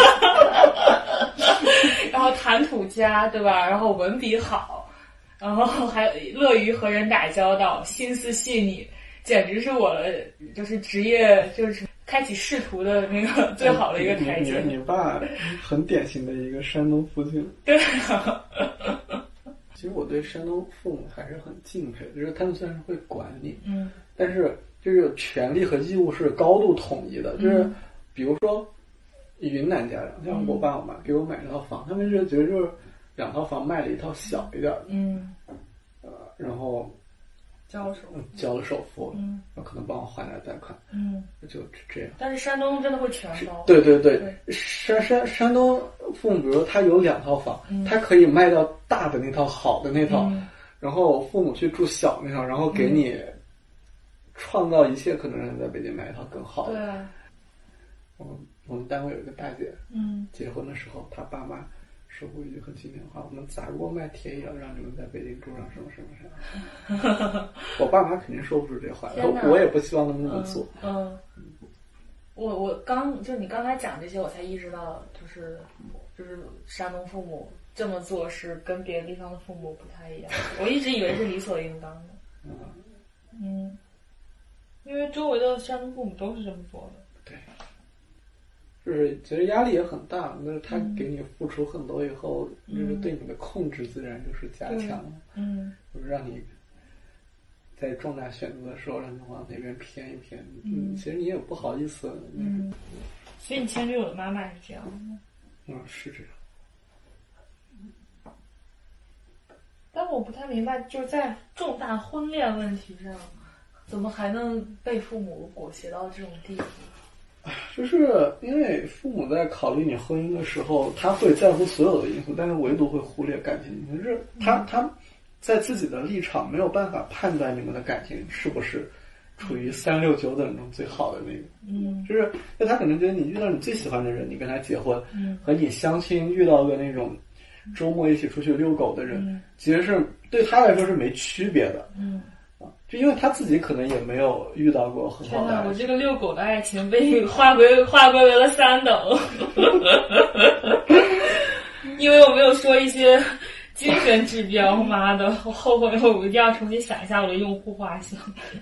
然后谈吐佳，对吧？然后文笔好，然后还乐于和人打交道，心思细腻，简直是我的就是职业就是开启仕途的那个最好的一个台阶。 你爸很典型的一个山东父亲。 对啊。 其实我对山东父母还是很敬佩，就是他们虽然是会管你，但是就是权利和义务是高度统一的。就是比如说云南家长，像我爸我妈给我买一套房，他们就觉得就是2套房卖了一套小一点的，然后交了首付，可能帮我还点贷款，就这样。 但是山东真的会全包。 对，山东父母，比如说他有2套房，他可以卖掉大的那套好的那套，然后父母去住小那套，然后给你创造一切可能让你在北京买一套更好的。 对啊。 我们单位有一个大姐，结婚的时候，她爸妈说过一句很经典的话：我们砸锅卖铁也要让你们在北京住上什么什么什么。我爸妈肯定说不出这话，我也不希望他们那么做。 就你刚才讲这些，我才意识到，就是山东父母这么做是跟别的地方的父母不太一样。我一直以为是理所应当的。因为周围的山东父母都是这么做的。 对。就是其实压力也很大，但是他给你付出很多以后，就是对你的控制自然就是加强了。就是让你在重大选择的时候，让你往哪边偏一偏。其实你也不好意思。 所以你前女友的妈妈也是这样的。 是这样。 但我不太明白，就是在重大婚恋问题上，怎么还能被父母裹挟到这种地步？ 就是因为父母在考虑你婚姻的时候，他会在乎所有的因素，但是唯独会忽略感情。就是他在自己的立场没有办法判断你们的感情是不是处于369等中最好的那个。就是他可能觉得你遇到你最喜欢的人，你跟他结婚，和你相亲遇到个那种周末一起出去遛狗的人，其实是对他来说是没区别的。就因为他自己可能也没有遇到过很好的爱情。 我这个遛狗的爱情被你划归为了3等。因为我没有说一些精神指标，妈的，我后悔了，我一定要重新想一下我的用户画像。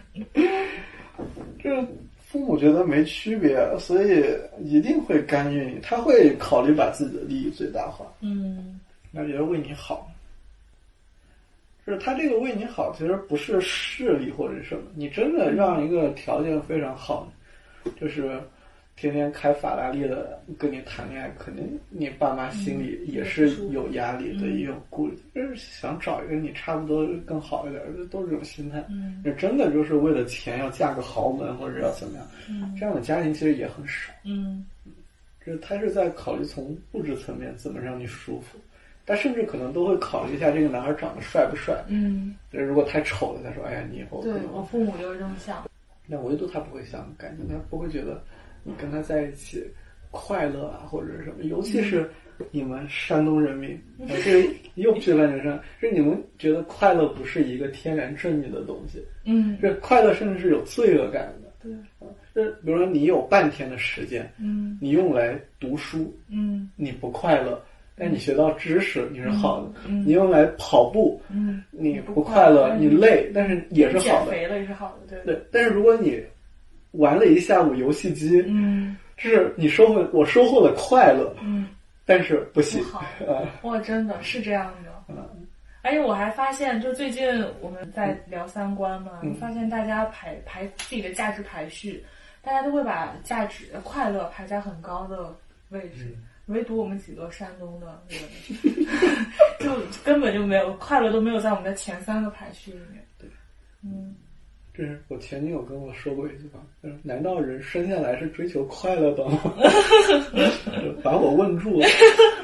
这父母觉得没区别，所以一定会干预你，他会考虑把自己的利益最大化。那觉得为你好。就是他这个为你好，其实不是势力或者什么，你真的让一个条件非常好，就是天天开法拉利的跟你谈恋爱，肯定你爸妈心里也是有压力的，也有顾虑，就是想找一个你差不多更好一点的，都是这种心态。就真的就是为了钱要嫁个豪门或者要怎么样，这样的家庭其实也很少。就是他是在考虑从物质层面怎么让你舒服。他甚至可能都会考虑一下这个男孩长得帅不帅。如果太丑了，他说：“哎呀，你以后……” 对，我父母就是这么想。 但唯独他不会想感情，他不会觉得你跟他在一起快乐啊，或者是什么。尤其是你们山东人民，这又批判成上，是你们觉得快乐不是一个天然正义的东西。这快乐甚至是有罪恶感的。 对。 就比如说你有半天的时间，你用来读书，你不快乐。但你学到知识，你是好的。你用来跑步，你不快乐，你累，但是也是好的。 减肥了也是好的， 对。但是如果你玩了一下午游戏机，就是我收获了快乐，但是不行。 哇，真的是这样的。而且我还发现，就最近我们在聊3观嘛，发现大家排自己的价值排序，大家都会把快乐排在很高的位置。唯独我们几个山东的人，就根本就没有快乐，都没有在我们的前3个排序里面。 对，这是我前女友跟我说过一句话，难道人生下来是追求快乐的吗？把我问住了。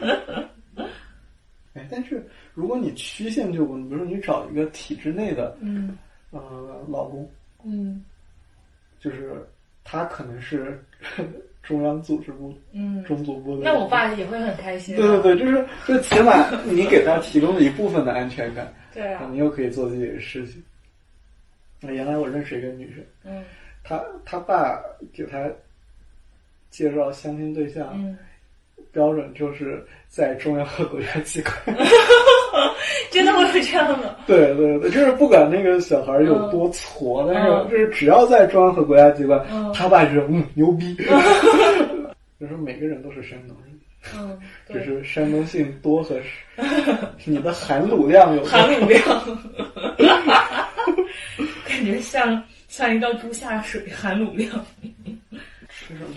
但是如果你曲线救国，比如说你找一个体制内的，老公，就是他可能是中央组织部，中组部的。 那我爸也会很开心。 对，就起码你给他提供了一部分的安全感。 对啊。 你又可以做自己的事情。原来我认识一个女生，她爸给她介绍相亲对象，标准就是在中央和国家机关。 真的会有这样的？ 对，就是不管那个小孩有多矬，但是就是只要在中央和国家机关，他爸就牛逼。就是每个人都是山东人，只是山东性多和你的含卤量有含卤量，感觉像一道猪下水，含卤量。 吃什么？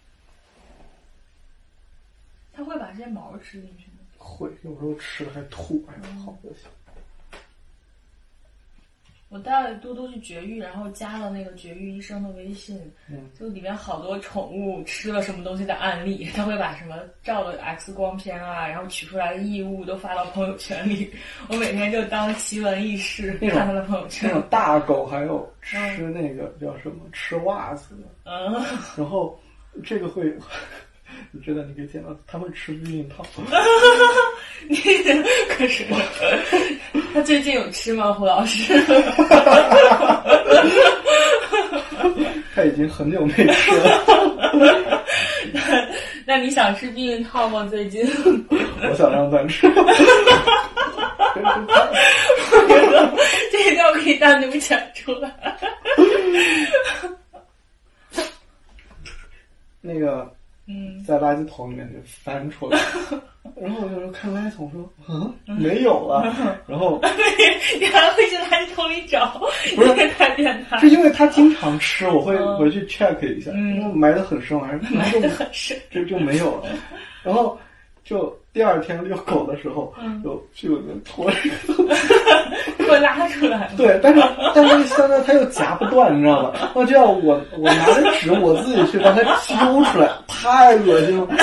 他会把这些毛吃进去吗？ 会，有时候吃了还吐，好恶心。 我带了嘟嘟去绝育，然后加了那个绝育医生的微信，就里面好多宠物吃了什么东西的案例，他会把什么照的 X 光片啊，然后取出来的异物都发到朋友圈里。我每天就当奇闻异事看他的朋友圈。 那种大狗还有吃那个叫什么吃袜子的，然后这个会。你知道你可以见到他会吃避孕套。 可是他最近有吃吗，胡老师？ 他已经很久没吃了。 那你想吃避孕套吗？最近？ 我想让他吃。 我觉得这一条可以单独讲出来。 那个。在垃圾桶里面就翻出来，然后我有时候看垃圾桶说，没有了，然后你还会去垃圾桶里找？ 不是太变态， 是因为他经常吃，我会回去 check 一下，因为埋得很深，还是埋得很深， 就没有了，然后就第二天遛狗的时候，就屁股里面拖了一个东西， 给我拉出来了。 对，但是现在它又夹不断，你知道吧？那就要我拿着纸我自己去把它揪出来，太恶心了。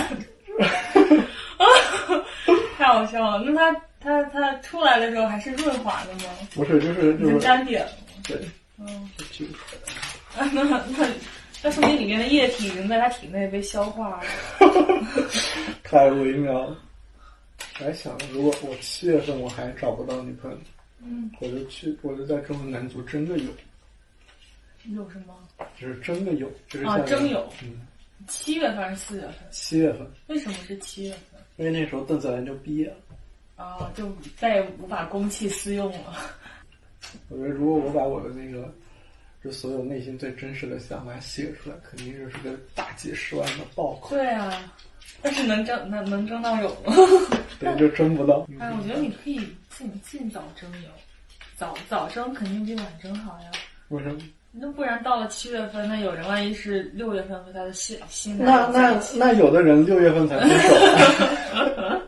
太好笑了。那它出来的时候还是润滑的吗？ 不是，就是沾点了。 对，就揪出来。 那说明里面的液体已经在它体内被消化了。 太微妙了。我还想，如果我7月份我还找不到女朋友，我就在中文男足真的有什么？ 就是真的有，就是真有。7月份还是4月份 ？7月份。为什么是7月份？ 因为那时候邓泽兰就毕业了。 就再也无法公器私用了。 我觉得如果我把我的那个就所有内心最真实的想法写出来，肯定就是个大几10万的爆款。 对啊，但是能争到有吗？ 对，就争不到。 我觉得你可以尽早征友，早征肯定比晚征好呀。 为什么？ 那不然到了7月份，那有人万一是6月份和他的新那有的人6月份才分手。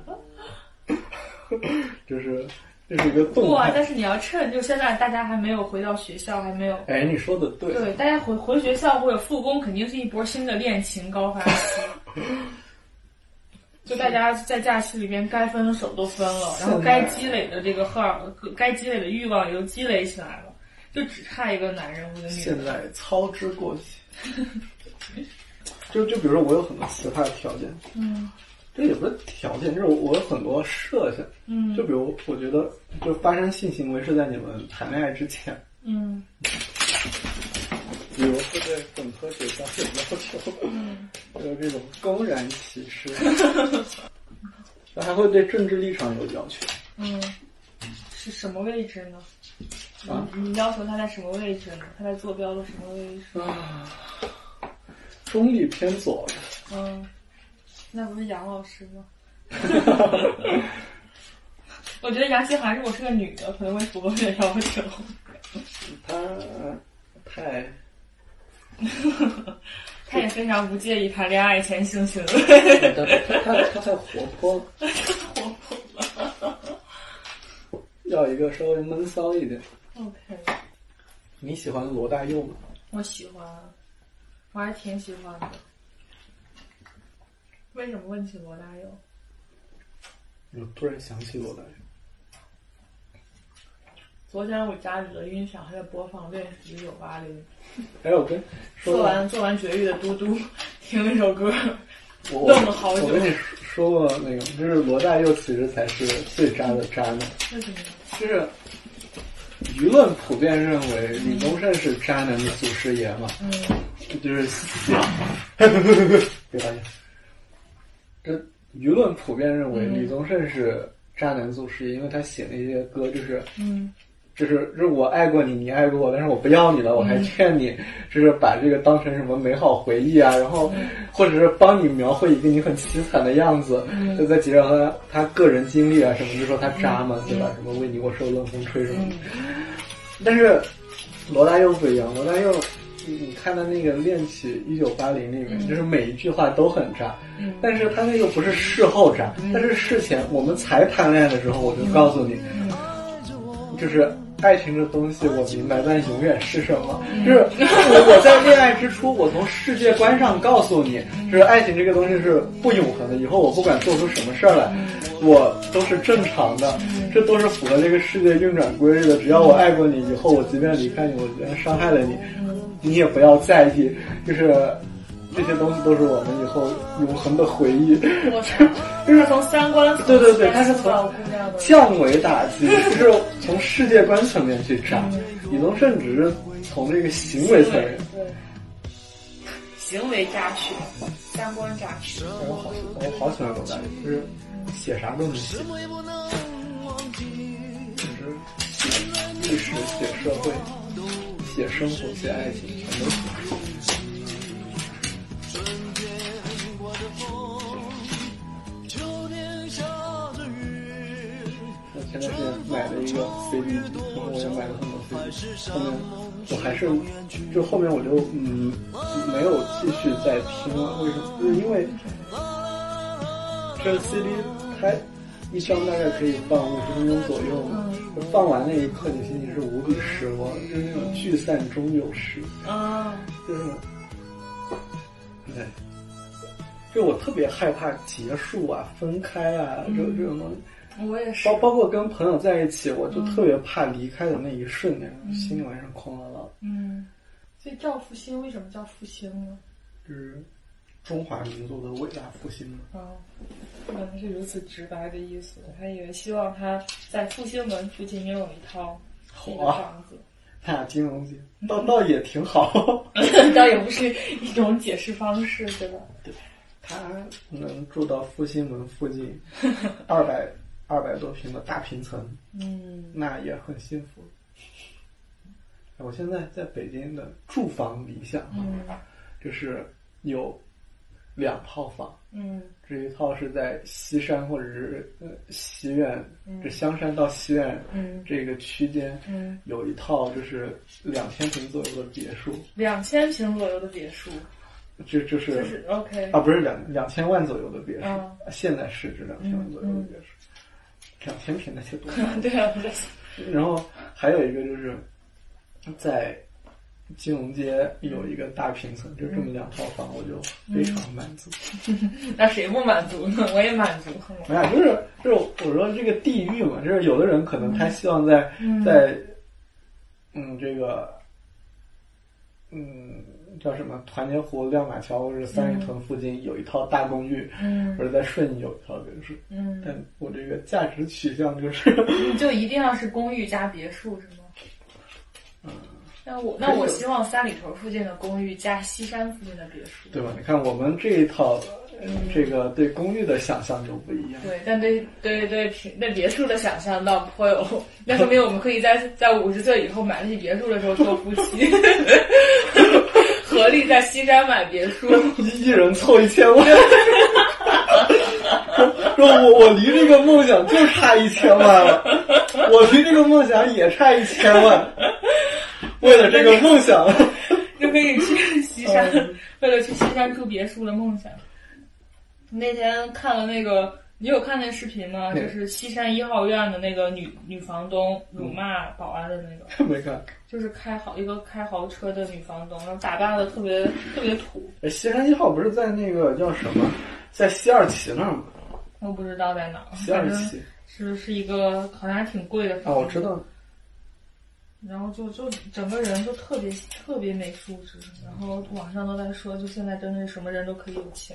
这是一个动态。 但是你要趁就现在大家还没有回到学校，还没有。 哎，你说的对。 对，大家回学校或者复工，肯定是一波新的恋情高发期。就大家在假期里边该分的手都分了，然后该积累的这个该积累的欲望也都积累起来了，就只差一个男人或者女人。 现在操之过急。就比如说我有很多其他的条件，这也不是条件，就是我有很多设想，就比如我觉得就发生性行为是在你们谈恋爱之前，比如会对本科学校有要求，有这种公然歧视，还会对政治立场有要求。 是什么位置呢？你要求他在什么位置呢？他在坐标的什么位置？ 中立偏左。 那不是杨老师吗？我觉得杨希涵如果是个女的，可能会符合这个要求。他也非常不介意谈恋爱前性行为。 他太活泼了。要一个稍微闷骚一点。 OK。 你喜欢罗大佑吗？ 我喜欢，我还挺喜欢的。为什么问起罗大佑？ 我突然想起罗大佑。 昨天我家里的音响还在播放《恋曲1980》。 哎，我跟做完绝育的嘟嘟听那首歌，愣了好久。 我跟你说过那个，就是罗大佑其实才是最渣的渣男。 为什么？ 就是舆论普遍认为李宗盛是渣男的祖师爷嘛。就是别发现。这舆论普遍认为李宗盛是渣男祖师爷，因为他写那些歌就是我爱过你，你爱过我，但是我不要你了，我还劝你，就是把这个当成什么美好回忆啊，然后或者是帮你描绘一个你很凄惨的样子，就再结合他个人经历啊什么，就说他渣嘛，对吧？什么为你我受冷风吹什么的。但是罗大佑不一样，罗大佑你看他那个《恋曲1980》里面，就是每一句话都很渣，但是他那个不是事后渣，但是事前我们才谈恋爱的时候，我就告诉你，就是爱情这东西我明白，但永远是什么？就是我在恋爱之初，我从世界观上告诉你，就是爱情这个东西是不永恒的，以后我不管做出什么事儿来，我都是正常的，这都是符合这个世界运转规律的。只要我爱过你，以后我即便离开你，我即便伤害了你，你也不要在意，就是这些东西都是我们以后永恒的回忆。 就是从三观对对对，它是从降维打击，就是从世界观层面去炸。李宗盛只是从这个行为层面， 行为榨取，三观榨取。 我好喜欢罗大佑，就是写啥都能写，就是写历史、写社会、写生活、写爱情，全都写。我前段时间买了一个 CD， 然后我也买了很多 CD， 后面我还是就后面我就没有继续再听了。为什么？就是因为这 CD 它一张大概可以放50分钟左右嘛，放完那一刻你心情是无比失望，就是那种聚散终有时啊，就是对。就我特别害怕结束啊、分开啊，这种东西。 我也是。 包括跟朋友在一起，我就特别怕离开的那一瞬间，心里晚上空落落。 所以叫复兴为什么叫复兴呢？ 就是中华民族的伟大复兴嘛。 原来是如此直白的意思，我还以为希望他在复兴门附近拥有一套自己的房子。 他俩金融街倒也挺好， 倒也不是一种解释方式，对吧？ 对。他能住到复兴门附近200多平的大平层，那也很幸福。我现在在北京的住房理想就是有2套房，这一套是在西山或者是西苑，这香山到西苑这个区间，有一套就是2000平左右的别墅 ，2000平左右的别墅。 就是 OK 啊，不是2000万左右的别墅，现在市值2000万左右的别墅，2000平那些多。 对啊， 然后还有一个就是在金融街有一个大平层，就这么2套房，我就非常满足。 那谁不满足呢？我也满足。 没有，就是我说这个地域嘛，就是有的人可能他希望在这个叫什么团结湖、亮马桥或者三里屯附近有一套大公寓，或者在顺义有一套别墅，但我这个价值取向就是你就一定要是公寓加别墅是吗？那我希望三里屯附近的公寓加西山附近的别墅， 对吧？你看我们这一套这个对公寓的想象就不一样， 对，但对别墅的想象倒颇有，那说明我们可以在50岁以后买得起别墅的时候做夫妻。合力在西山买别墅， 一人凑1000万。说我离这个梦想就差1000万了，我离这个梦想也差1000万。为了这个梦想， 就可以去西山，为了去西山住别墅的梦想。那天看了那个，你有看那视频吗？就是西山1号院的那个女房东辱骂保安的那个， 没看。 就是开豪车的女房东，然后打扮的特别土。 西山1号不是在那个叫什么，在西二旗那儿吗？ 我不知道在哪。 西二旗是一个好像还挺贵的房子。 我知道。 然后就整个人就特别没素质，然后网上都在说，就现在真的是什么人都可以有钱。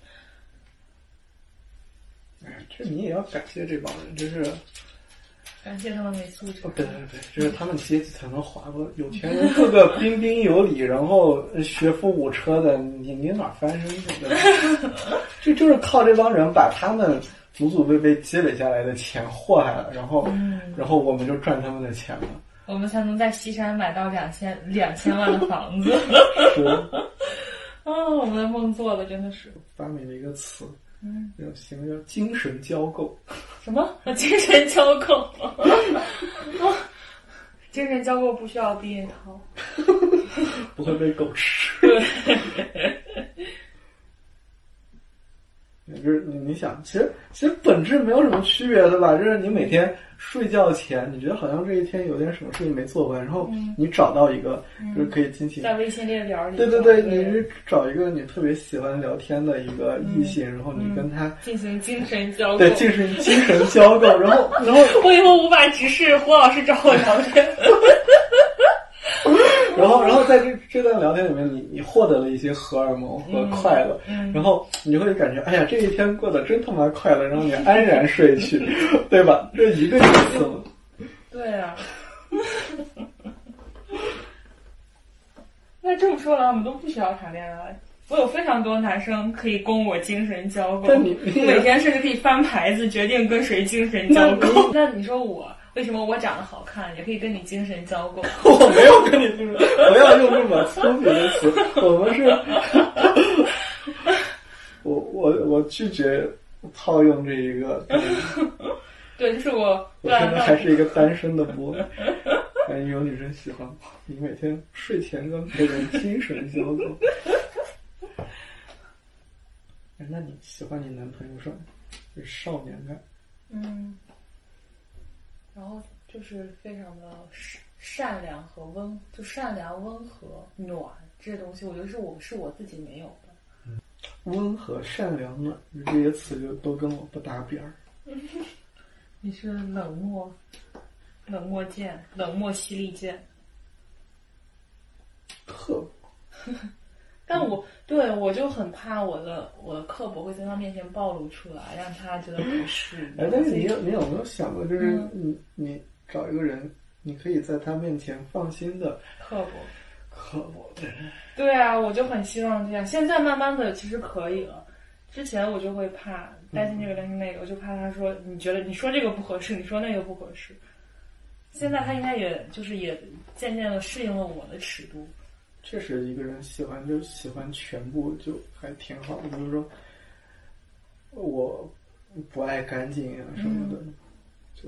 这你也要感谢这帮人，就是感谢他们没素质。 对，就是他们阶级才能滑过，有钱人个个彬彬有礼，然后学富五车的，你哪翻身去？对吧？就是靠这帮人把他们祖祖辈辈积累下来的钱祸害了，然后我们就赚他们的钱了。 我们才能在西山买到2000万的房子。 是我们的梦做的真的是。 发明了一个词，这种行为叫精神交购。 什么？精神交购？精神交购不需要避孕套， 不会被狗吃。 就是你想，其实本质没有什么区别，对吧？就是你每天睡觉前，你觉得好像这一天有点什么事情没做完，然后你找到一个就是可以进行在微信列表里， 对，你是找一个你特别喜欢聊天的一个异性，然后你跟他进行精神交流， 对，进行精神交流，然后我以后无法直视胡老师找我聊天。 然后在这段聊天里面，你获得了一些荷尔蒙和快乐，然后你会感觉，哎呀，这一天过得真他妈快乐，然后你安然睡去，对吧？这一个意思嘛。 对啊。那这么说来，我们都不需要谈恋爱。我有非常多男生可以供我精神交媾，我每天甚至可以翻牌子决定跟谁精神交媾。那你说我为什么我长得好看也可以跟你精神交媾？ 我没有跟你精神，不要用这么粗鄙的词。我们是，我拒绝套用这一个。 对，就是我现在还是一个单身的波。万一有女生喜欢我，你每天睡前跟别人精神交媾。那你喜欢你男朋友什么？就是少年感。 然后就是非常的善良和就善良、温和、暖这些东西，我觉得是我自己没有的。 温和、善良、暖这些词就都跟我不搭边儿。 你是冷漠剑，冷漠犀利剑。 刻薄。 但我就很怕我的刻薄会在他面前暴露出来，让他觉得不适。 但是你有没有想过，就是你找一个人，你可以在他面前放心的刻薄的人。 对啊，我就很希望这样。现在慢慢的其实可以了，之前我就会怕担心这个担心那个，我就怕他说你觉得你说这个不合适，你说那个不合适。现在他应该也渐渐的适应了我的尺度。 确实，一个人喜欢全部就还挺好的。比如说，我不爱干净啊什么的，就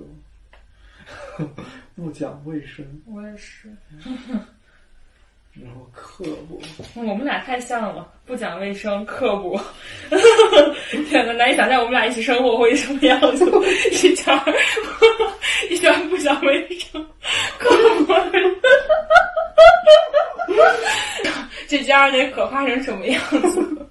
不讲卫生。 我也是。 然后刻薄。 我们俩太像了，不讲卫生，刻薄。天哪，难以想象我们俩一起生活会什么样子。一家不讲卫生，刻薄。这家得可怕成什么样子？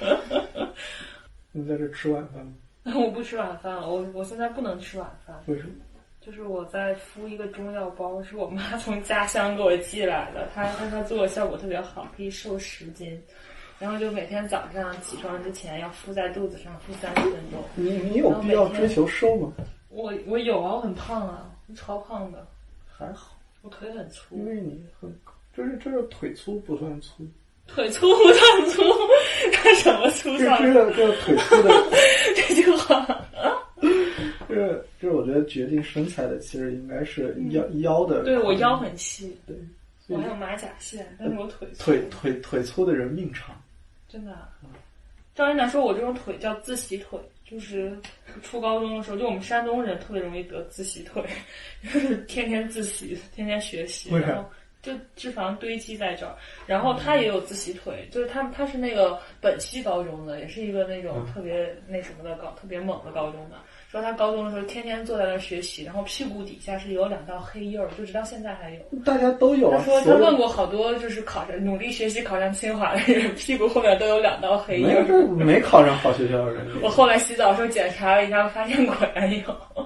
你在这吃晚饭吗？ 我不吃晚饭了，我现在不能吃晚饭。 为什么？ 就是我在敷一个中药包，是我妈从家乡给我寄来的，她做的效果特别好，可以瘦10斤。然后就每天早上起床之前要敷在肚子上，敷30分钟。 你有必要追求瘦吗？ 我有啊，我很胖啊，超胖的。 还好， 我腿很粗。 因为你很。这腿粗不算粗， 腿粗不算粗，干什么粗算？ 这腿粗的这句话， 这我觉得决定身材的其实应该是腰的。 对，我腰很细， 对， 我还有马甲线，但是我腿粗的人命长， 真的。照人来说，我这种腿叫自习腿，就是初高中的时候，就我们山东人特别容易得自习腿，就是天天自习，天天学习，然后就脂肪堆积在这儿。然后他也有自习腿，就是他是那个本溪高中的，也是一个那种特别那什么的特别猛的高中的。说他高中的时候天天坐在那儿学习，然后屁股底下是有2道黑印儿，就直到现在还有。 大家都有。 他说他问过好多就是努力学习考上清华的人，屁股后面都有2道黑印儿。 没考上好学校的人。 我后来洗澡的时候检查了一下，发现果然有。